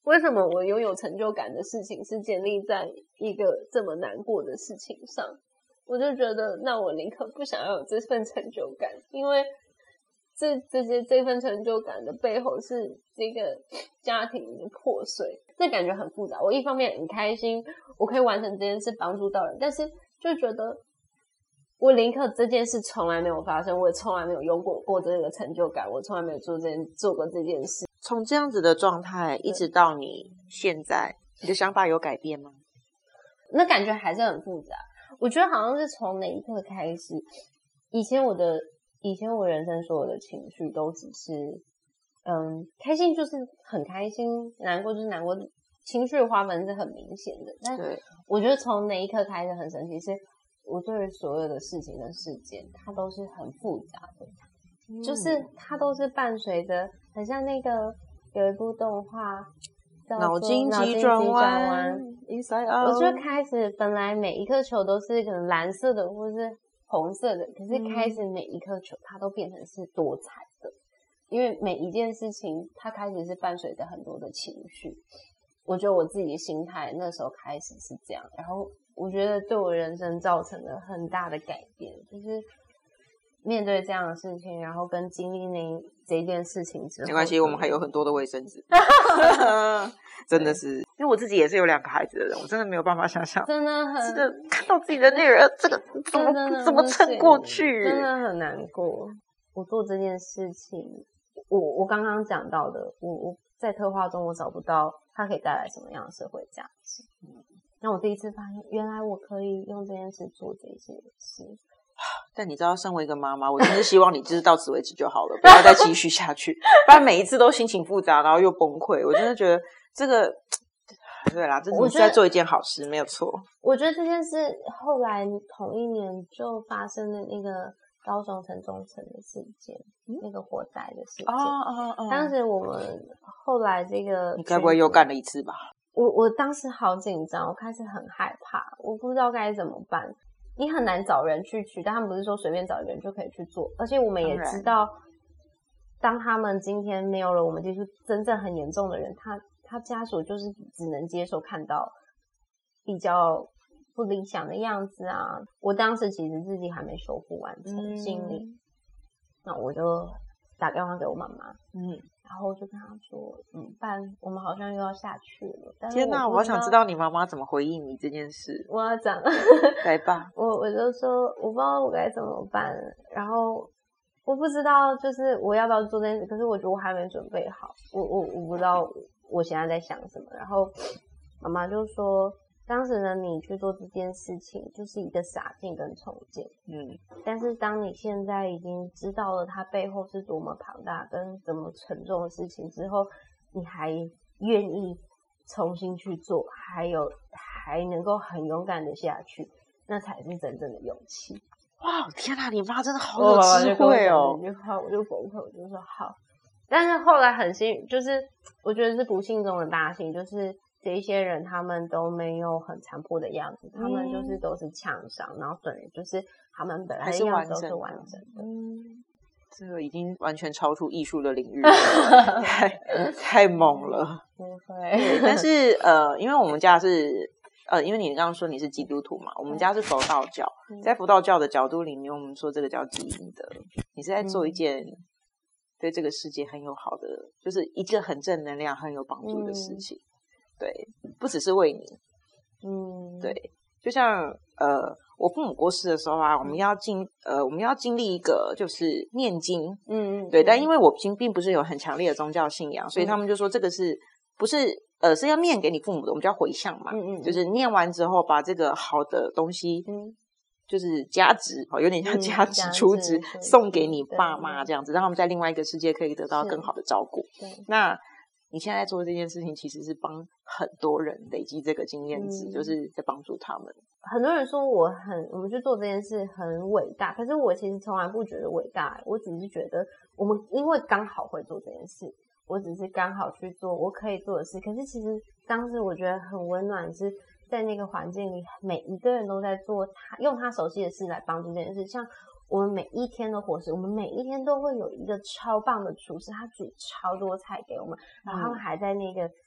为什么我拥有成就感的事情是建立在一个这么难过的事情上？我就觉得，那我宁可不想要有这份成就感，因为这这些这份成就感的背后是这个家庭的破碎，这感觉很复杂。我一方面很开心，我可以完成这件事，帮助到人，但是就觉得我宁可这件事从来没有发生，我也从来没有拥过过这个成就感，我从来没有做这件做过这件事。 从这样子的状态一直到你现在，你的想法有改变吗？ 那感觉还是很复杂。我觉得好像是从那一刻开始，以前我的以前我人生所有的情绪都只是，嗯，开心就是很开心，难过就是难过，情绪划分是很明显的。但我觉得从那一刻开始很神奇，是我对于所有的事情的事件，它都是很复杂的。嗯、就是它都是伴随着，很像那个有一部动画叫做脑筋急转弯， 我就开始本来每一颗球都是可能蓝色的或是红色的，可是开始每一颗球它都变成是多彩的，因为每一件事情它开始是伴随着很多的情绪。我觉得我自己的心态那时候开始是这样，然后我觉得对我人生造成了很大的改变，就是面对这样的事情，然后跟经历那这件事情之后， 没关系，我们还有很多的卫生纸，真的是，因为我自己也是有两个孩子的人，我真的没有办法想象， 真的很真的看到自己的女儿这个怎么怎么撑过去， 真的很难过。我做这件事情，我我刚刚讲到的，我我在特化中我找不到它可以带来什么样的社会价值。那我第一次发现，原来我可以用这件事做这些事。 但你知道，身为一个妈妈，我真是希望你就是到此为止就好了，不要再继续下去，不然每一次都心情复杂，然后又崩溃。我真的觉得这个，对啦，这你是在做一件好事，没有错。 我觉得这件事后来同一年就发生了那个高雄城中城的事件，嗯、那个火灾的事件。哦哦哦！当时我们后来这个， 你该不会又干了一次吧？ 我我当时好紧张，我开始很害怕，我不知道该怎么办。你很难找人去取，但他们不是说随便找一个人就可以去做，而且我们也知道，当他们今天没有了我们技术，真正很严重的人，他他家属就是只能接受看到比较不理想的样子啊。我当时其实自己还没修复完成心理，嗯、那我就打电话给我妈妈，嗯。然后我就跟他说怎么办，我们好像又要下去了。但是我天哪，我好想知道你妈妈怎么回应你这件事。 我要讲来吧。 我我就说我不知道我该怎么办，然后我不知道就是我要不要做这件事，可是我觉得我还没准备好，我我我不知道我现在在想什么。然后妈妈就说，当时呢你去做这件事情就是一个洒劲跟重建，嗯，但是当你现在已经知道了它背后是多么庞大跟怎么沉重的事情之后，你还愿意重新去做，还有还能够很勇敢的下去，那才是真正的勇气。 哇，天哪，你妈真的好有智慧哦！ 这句话我就崩溃，我就说好。但是后来很幸运，就是我觉得是不幸中的大幸，就是这一些人他们都没有很残破的样子，他们就是都是呛伤，然后本人就是他们本来的样子都是完整的。嗯， 这个已经完全超出艺术的领域了，太太猛了。 不会， 但是呃，因为我们家是呃，因为你刚刚说你是基督徒嘛，我们家是佛道教，在佛道教的角度里面，我们说这个叫积阴德，你是在做一件对这个世界很有好的，就是一个很正能量、很有帮助的事情。嗯，对，不只是为你，嗯，对，就像呃，我父母过世的时候啊，我们要经呃，我们要经历一个就是念经，嗯嗯，对，但因为我并并不是有很强烈的宗教信仰，所以他们就说这个是不是呃是要念给你父母的，我们叫回向嘛，嗯嗯，就是念完之后把这个好的东西，嗯，就是加值，有点像加值出值，嗯，送给你爸妈这样子，让他们在另外一个世界可以得到更好的照顾。对，那你现在做这件事情其实是帮很多人累积这个经验值，嗯，就是在帮助他们。 很多人说我很我们去做这件事很伟大，可是我其实从来不觉得伟大，我只是觉得我们因为刚好会做这件事，我只是刚好去做我可以做的事。可是其实当时我觉得很温暖，是在那个环境里每一个人都在做他用他熟悉的事来帮助这件事。像我们每一天的伙食，我们每一天都会有一个超棒的厨师，他煮超多菜给我们，然后他们还在那个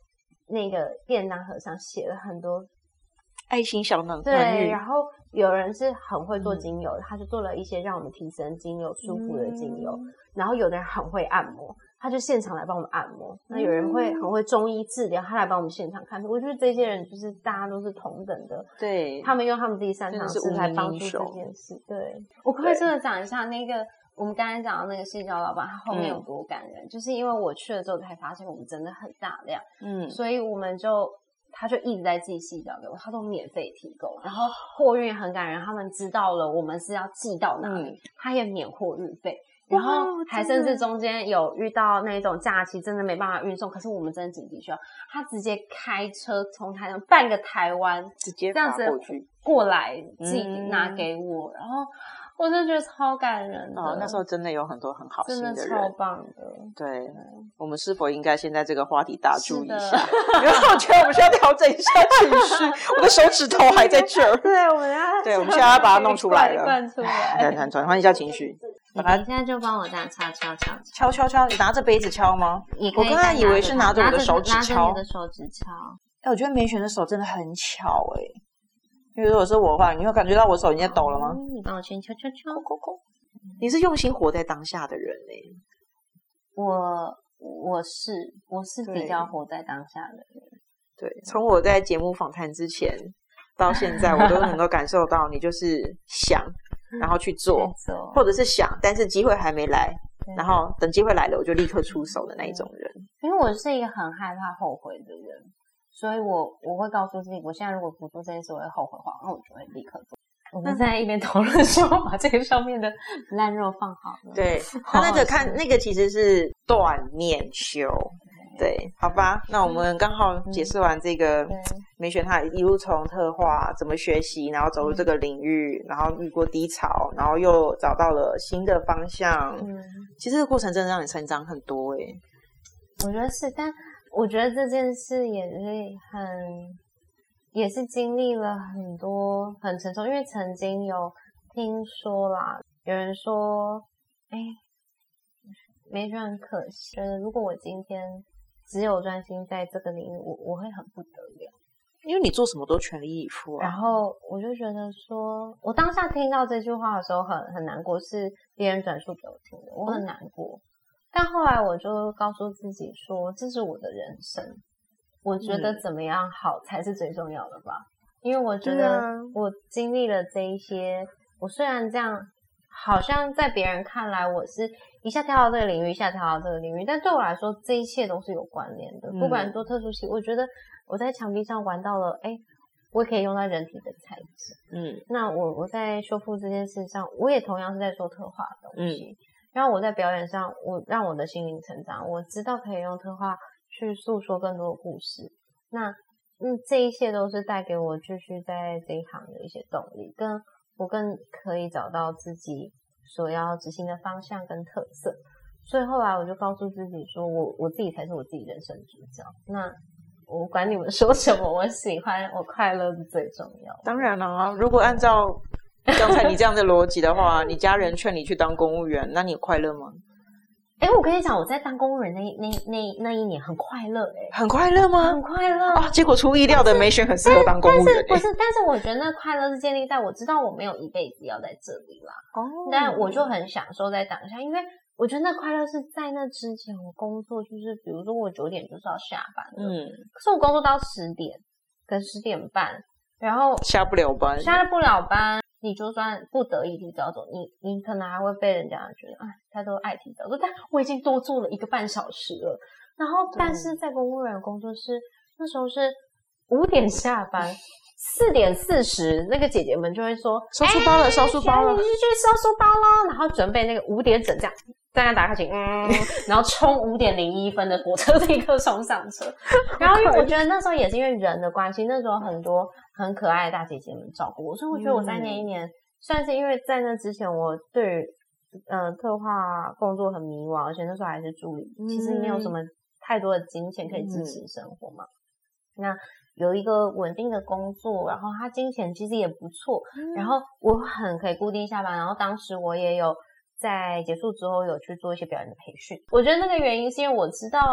那个便当盒上写了很多爱心小暖对， 暖语然后有人是很会做精油的，他就做了一些让我们提神精油、舒服的精油。 嗯然后有的人很会按摩，他就现场来帮我们按摩。那有人会很会中医治疗，他来帮我们现场看。我觉得这些人就是大家都是同等的， 对， 他们用他们自己擅长的事来帮助这件事。对，我可不可以真的讲一下那个我们刚才讲的那个细胶老板，他后面有多感人？嗯、就是因为我去了之后才发现我们真的很大量，嗯，所以我们就。他就一直在寄细胶给我，他都免费提供，然后货运很感人，他们知道了我们是要寄到哪里，嗯、他也免货运费，然后还甚至中间有遇到那种假期真的没办法运送，可是我们真的紧急需要，他直接开车从台南半个台湾直接这样子过来寄拿给我，嗯、然后。我真的觉得超感人的。 哦，那时候真的有很多很好心的人， 真的超棒的。 对，嗯、我们是否应该先在这个话题大注意一下？因为我觉得我们需要调整一下情绪。我的手指头还在这儿。对，我们要，对，我们现在要把它弄出来了，灌出来，转转换一下情绪。 你现在就帮我这样敲敲敲敲敲敲，你拿着杯子敲吗？我刚才以为是拿着我的手指敲， 拿着你的手指敲。 哎，我觉得梅璇的手真的很巧哎。因为如果是我的话，你有感觉到我手已经在抖了吗？ 你帮我先敲敲敲， 扣扣扣。你是用心活在当下的人哎、欸。 我我是我是比较活在当下的人。 对，从我在节目访谈之前到现在，我都能够感受到你就是想，然后去做，或者是想，但是机会还没来，然后等机会来了，我就立刻出手的那一种人。 因为我是一个很害怕后悔的人。所以我我会告诉自己，我现在如果不做这件事，我会后悔的话，那我就会立刻做。我们在一边讨论说，把这个上面的烂肉放好了。 对，他那个看那个其实是锻炼修，对，好吧。那我们刚好解释完这个梅璇，他一路从特化怎么学习，然后走入这个领域，然后遇过低潮，然后又找到了新的方向。嗯，其实这个过程真的让你成长很多诶、欸。 我觉得是，但。我觉得这件事也是很，也是经历了很多很沉重，因为曾经有听说啦，有人说，哎，梅璇很可惜，觉得如果我今天只有专心在这个领域，我我会很不得了， 因为你做什么都全力以赴啊。 然后我就觉得说，我当下听到这句话的时候很很难过，是别人转述给我听的，我很难过。嗯但后来我就告诉自己说，这是我的人生，我觉得怎么样好才是最重要的吧。嗯、因为我觉得我经历了这一些，我虽然这样，好像在别人看来我是一下跳到这个领域，一下跳到这个领域，但对我来说，这一切都是有关联的。嗯、不管做特殊系，我觉得我在墙壁上玩到了，哎，我也可以用到人体的材质。嗯，那我我在修复这件事上，我也同样是在做特化的东西。嗯然后我在表演上，我让我的心灵成长，我知道可以用特化去诉说更多的故事。那嗯，这一切都是带给我继续在这一行的一些动力，跟我更可以找到自己所要执行的方向跟特色。所以后来我就告诉自己说，我我自己才是我自己人生主角。那我管你们说什么，我喜欢，我快乐是最重要的。 当然了啊，如果按照刚才你这样的逻辑的话，你家人劝你去当公务员，那你快乐吗？ 哎、欸，我跟你讲，我在当公务员那那那那一年很快乐哎、欸， 很快乐吗？ 很快乐啊！结果出意料的梅璇很适合当公务员、欸， 但是不是？但是我觉得那快乐是建立在我知道我没有一辈子要在这里啦。哦，但我就很享受在当下，因为我觉得那快乐是在那之前我工作就是比如说我九点就是要下班的，嗯，可是我工作到十点跟十点半，然后下不了班， 下不了班。你就算不得已提早走，你你可能还会被人家觉得，哎，他都爱提早走，但我已经多做了一个半小时了。然后，但是在公务员工作室，那时候是五点下班，四点四十，那个姐姐们就会说， 收书包了，收书包了， 你去收书包咯，然后准备那个五点整这样。在那打开琴，嗯，然后冲五点零一分的火车立刻冲上车。然后因为我觉得那时候也是因为人的关系，那时候很多很可爱的大姐姐们照顾我，所以我觉得我在那一年，嗯、算是因为在那之前我对于嗯、呃、特化工作很迷惘，而且那时候还是助理，嗯、其实没有什么太多的金钱可以支持生活嘛。嗯、那有一个稳定的工作，然后他金钱其实也不错，嗯、然后我很可以固定下班，然后当时我也有。在结束之后有去做一些表演的培训，我觉得那个原因是因为我知道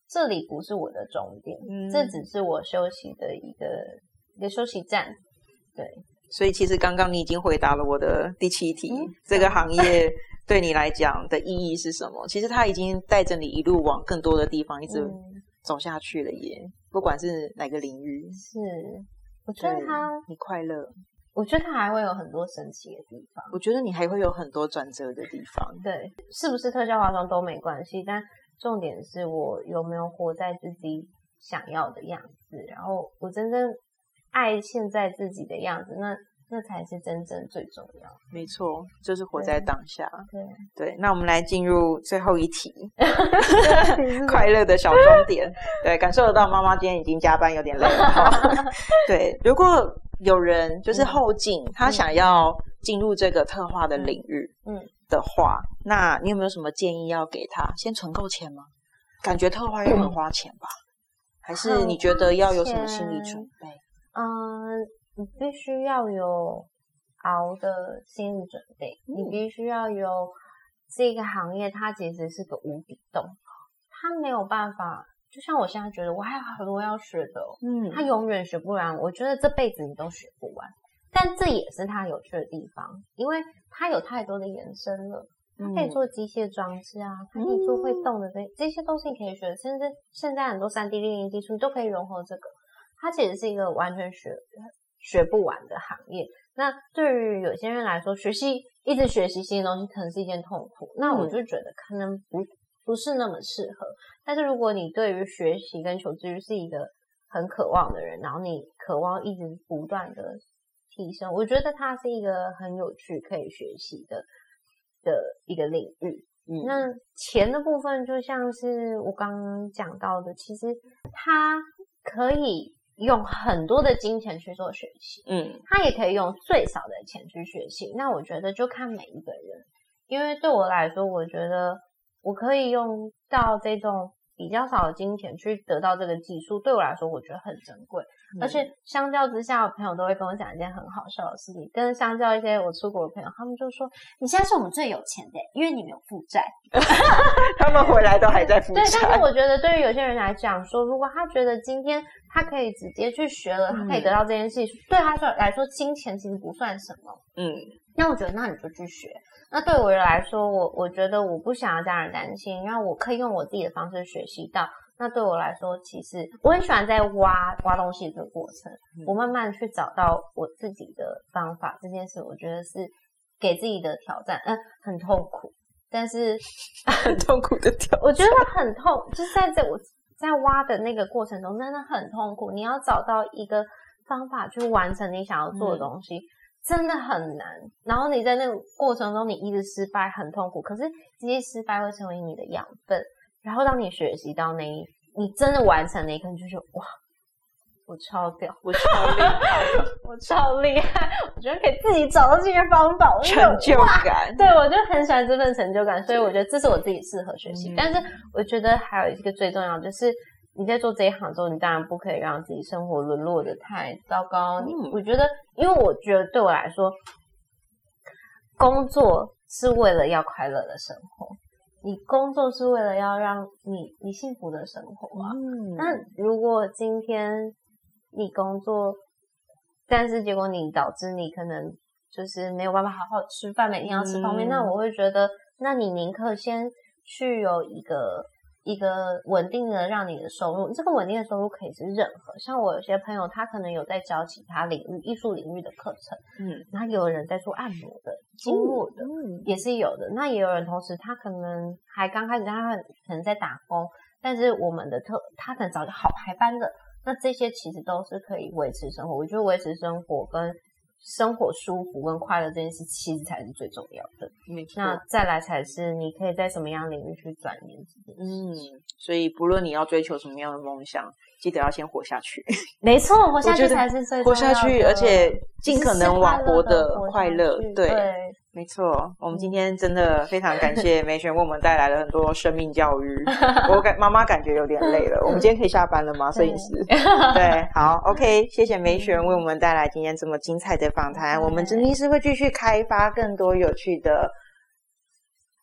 这里不是我的终点， 嗯这只是我休息的一个一个休息站。对， 所以其实刚刚你已经回答了我的第七题， 嗯、 这个行业对你来讲的意义是什么？其实它已经带着你一路往更多的地方一直走下去了耶，嗯、不管是哪个领域。 是，我觉得它你快乐， 我觉得它还会有很多神奇的地方。 我觉得你还会有很多转折的地方。 对，是不是特效化妆都没关系，但重点是我有没有活在自己想要的样子，然后我真正爱现在自己的样子，那那才是真正最重要。 没错，就是活在当下。 对对，那我们来进入最后一题，快乐的小终点。对，感受得到妈妈今天已经加班有点累了。对，如果有人就是后进，嗯、他想要进入这个特化的领域，嗯的话，嗯、那你有没有什么建议要给他？先存够钱吗？感觉特化又很花钱吧？嗯、还是你觉得要有什么心理准备？ 嗯，你必须要有熬的心理准备，嗯、你必须要有这个行业，它其实是个无底洞，它没有办法。就像我现在觉得我还有很多要学的，嗯，它永远学不完。我觉得这辈子你都学不完，但这也是它有趣的地方，因为它有太多的延伸了。它可以做机械装置啊，它可以做会动的这这些都是你可以学的，甚至现在很多 三 D 列印技术你都可以融合这个。它其实是一个完全学学不完的行业。那对于有些人来说，学习一直学习新的东西可能是一件痛苦。那我就觉得可能不不是那么适合。但是如果你对于学习跟求知欲是一个很渴望的人，然后你渴望一直不断的提升，我觉得它是一个很有趣可以学习的的一个领域。嗯，那钱的部分就像是我刚刚讲到的，其实它可以用很多的金钱去做学习，嗯，它也可以用最少的钱去学习。那我觉得就看每一个人，因为对我来说，我觉得我可以用到这种比较少的金钱去得到这个技术，对我来说我觉得很珍贵。嗯、而且相较之下，我朋友都会跟我讲一件很好笑的事情，跟相较一些我出国的朋友，他们就说你现在是我们最有钱的，因为你没有负债。 他们回来都还在负债。 对，但是我觉得对于有些人来讲说，如果他觉得今天他可以直接去学了，他可以得到这件事，嗯、对他来说金钱其实不算什么。嗯，那我觉得那你就去学。那对我来说，我我觉得我不想要家人担心，然后我可以用我自己的方式学习到。那对我来说，其实我很喜欢在挖挖东西这个过程，嗯、我慢慢去找到我自己的方法。这件事我觉得是给自己的挑战，嗯，很痛苦，但是很痛苦的挑战。 我觉得很痛，就是在这我在挖的那个过程中，真的很痛苦。你要找到一个方法去完成你想要做的东西。嗯真的很难，然后你在那个过程中你一直失败很痛苦，可是这些失败会成为你的养分，然后当你学习到那一你真的完成那一刻，你就觉得哇我超屌， 我超厉害我超厉害，我觉得可以自己找到这些方法， 成就感。 对，我就很喜欢这份成就感，所以我觉得这是我自己适合学习、嗯、但是我觉得还有一个最重要的就是你在做这一行之后，你当然不可以让自己生活沦落的太糟糕。你、嗯、我觉得，因为我觉得对我来说，工作是为了要快乐的生活，你工作是为了要让你你幸福的生活啊。嗯，那如果今天你工作，但是结果你导致你可能就是没有办法好好吃饭，每天要吃泡面、嗯，那我会觉得，那你宁可先去有一个。一个稳定的让你的收入，这个稳定的收入可以是任何，像我有些朋友他可能有在教其他领域艺术领域的课程，嗯，那也有人在做按摩的经络的、嗯、也是有的，那也有人同时他可能还刚开始他可能在打工，但是我们的特他可能找个好排班的，那这些其实都是可以维持生活。我觉得维持生活跟生活舒服跟快乐这件事其实才是最重要的，没错。那再来才是你可以在什么样的领域去钻研这件事情。 嗯，所以不论你要追求什么样的梦想，记得要先活下去。 没错，活下去才是最重要的。 活下去，而且尽可能往活的快乐。对， 对， 没错。我们今天真的非常感谢梅璇为我们带来了很多生命教育。我感妈妈感觉有点累了，我们今天可以下班了吗？摄影师。对，好 ，OK， 谢谢梅璇为我们带来今天这么精彩的访谈。我们真的是会继续开发更多有趣的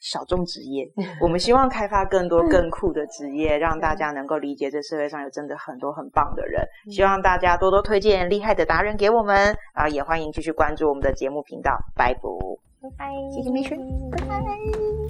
小众职业，我们希望开发更多更酷的职业，让大家能够理解这社会上有真的很多很棒的人。希望大家多多推荐厉害的达人给我们啊，也欢迎继续关注我们的节目频道。拜拜， 拜拜， 谢谢美璇，拜拜。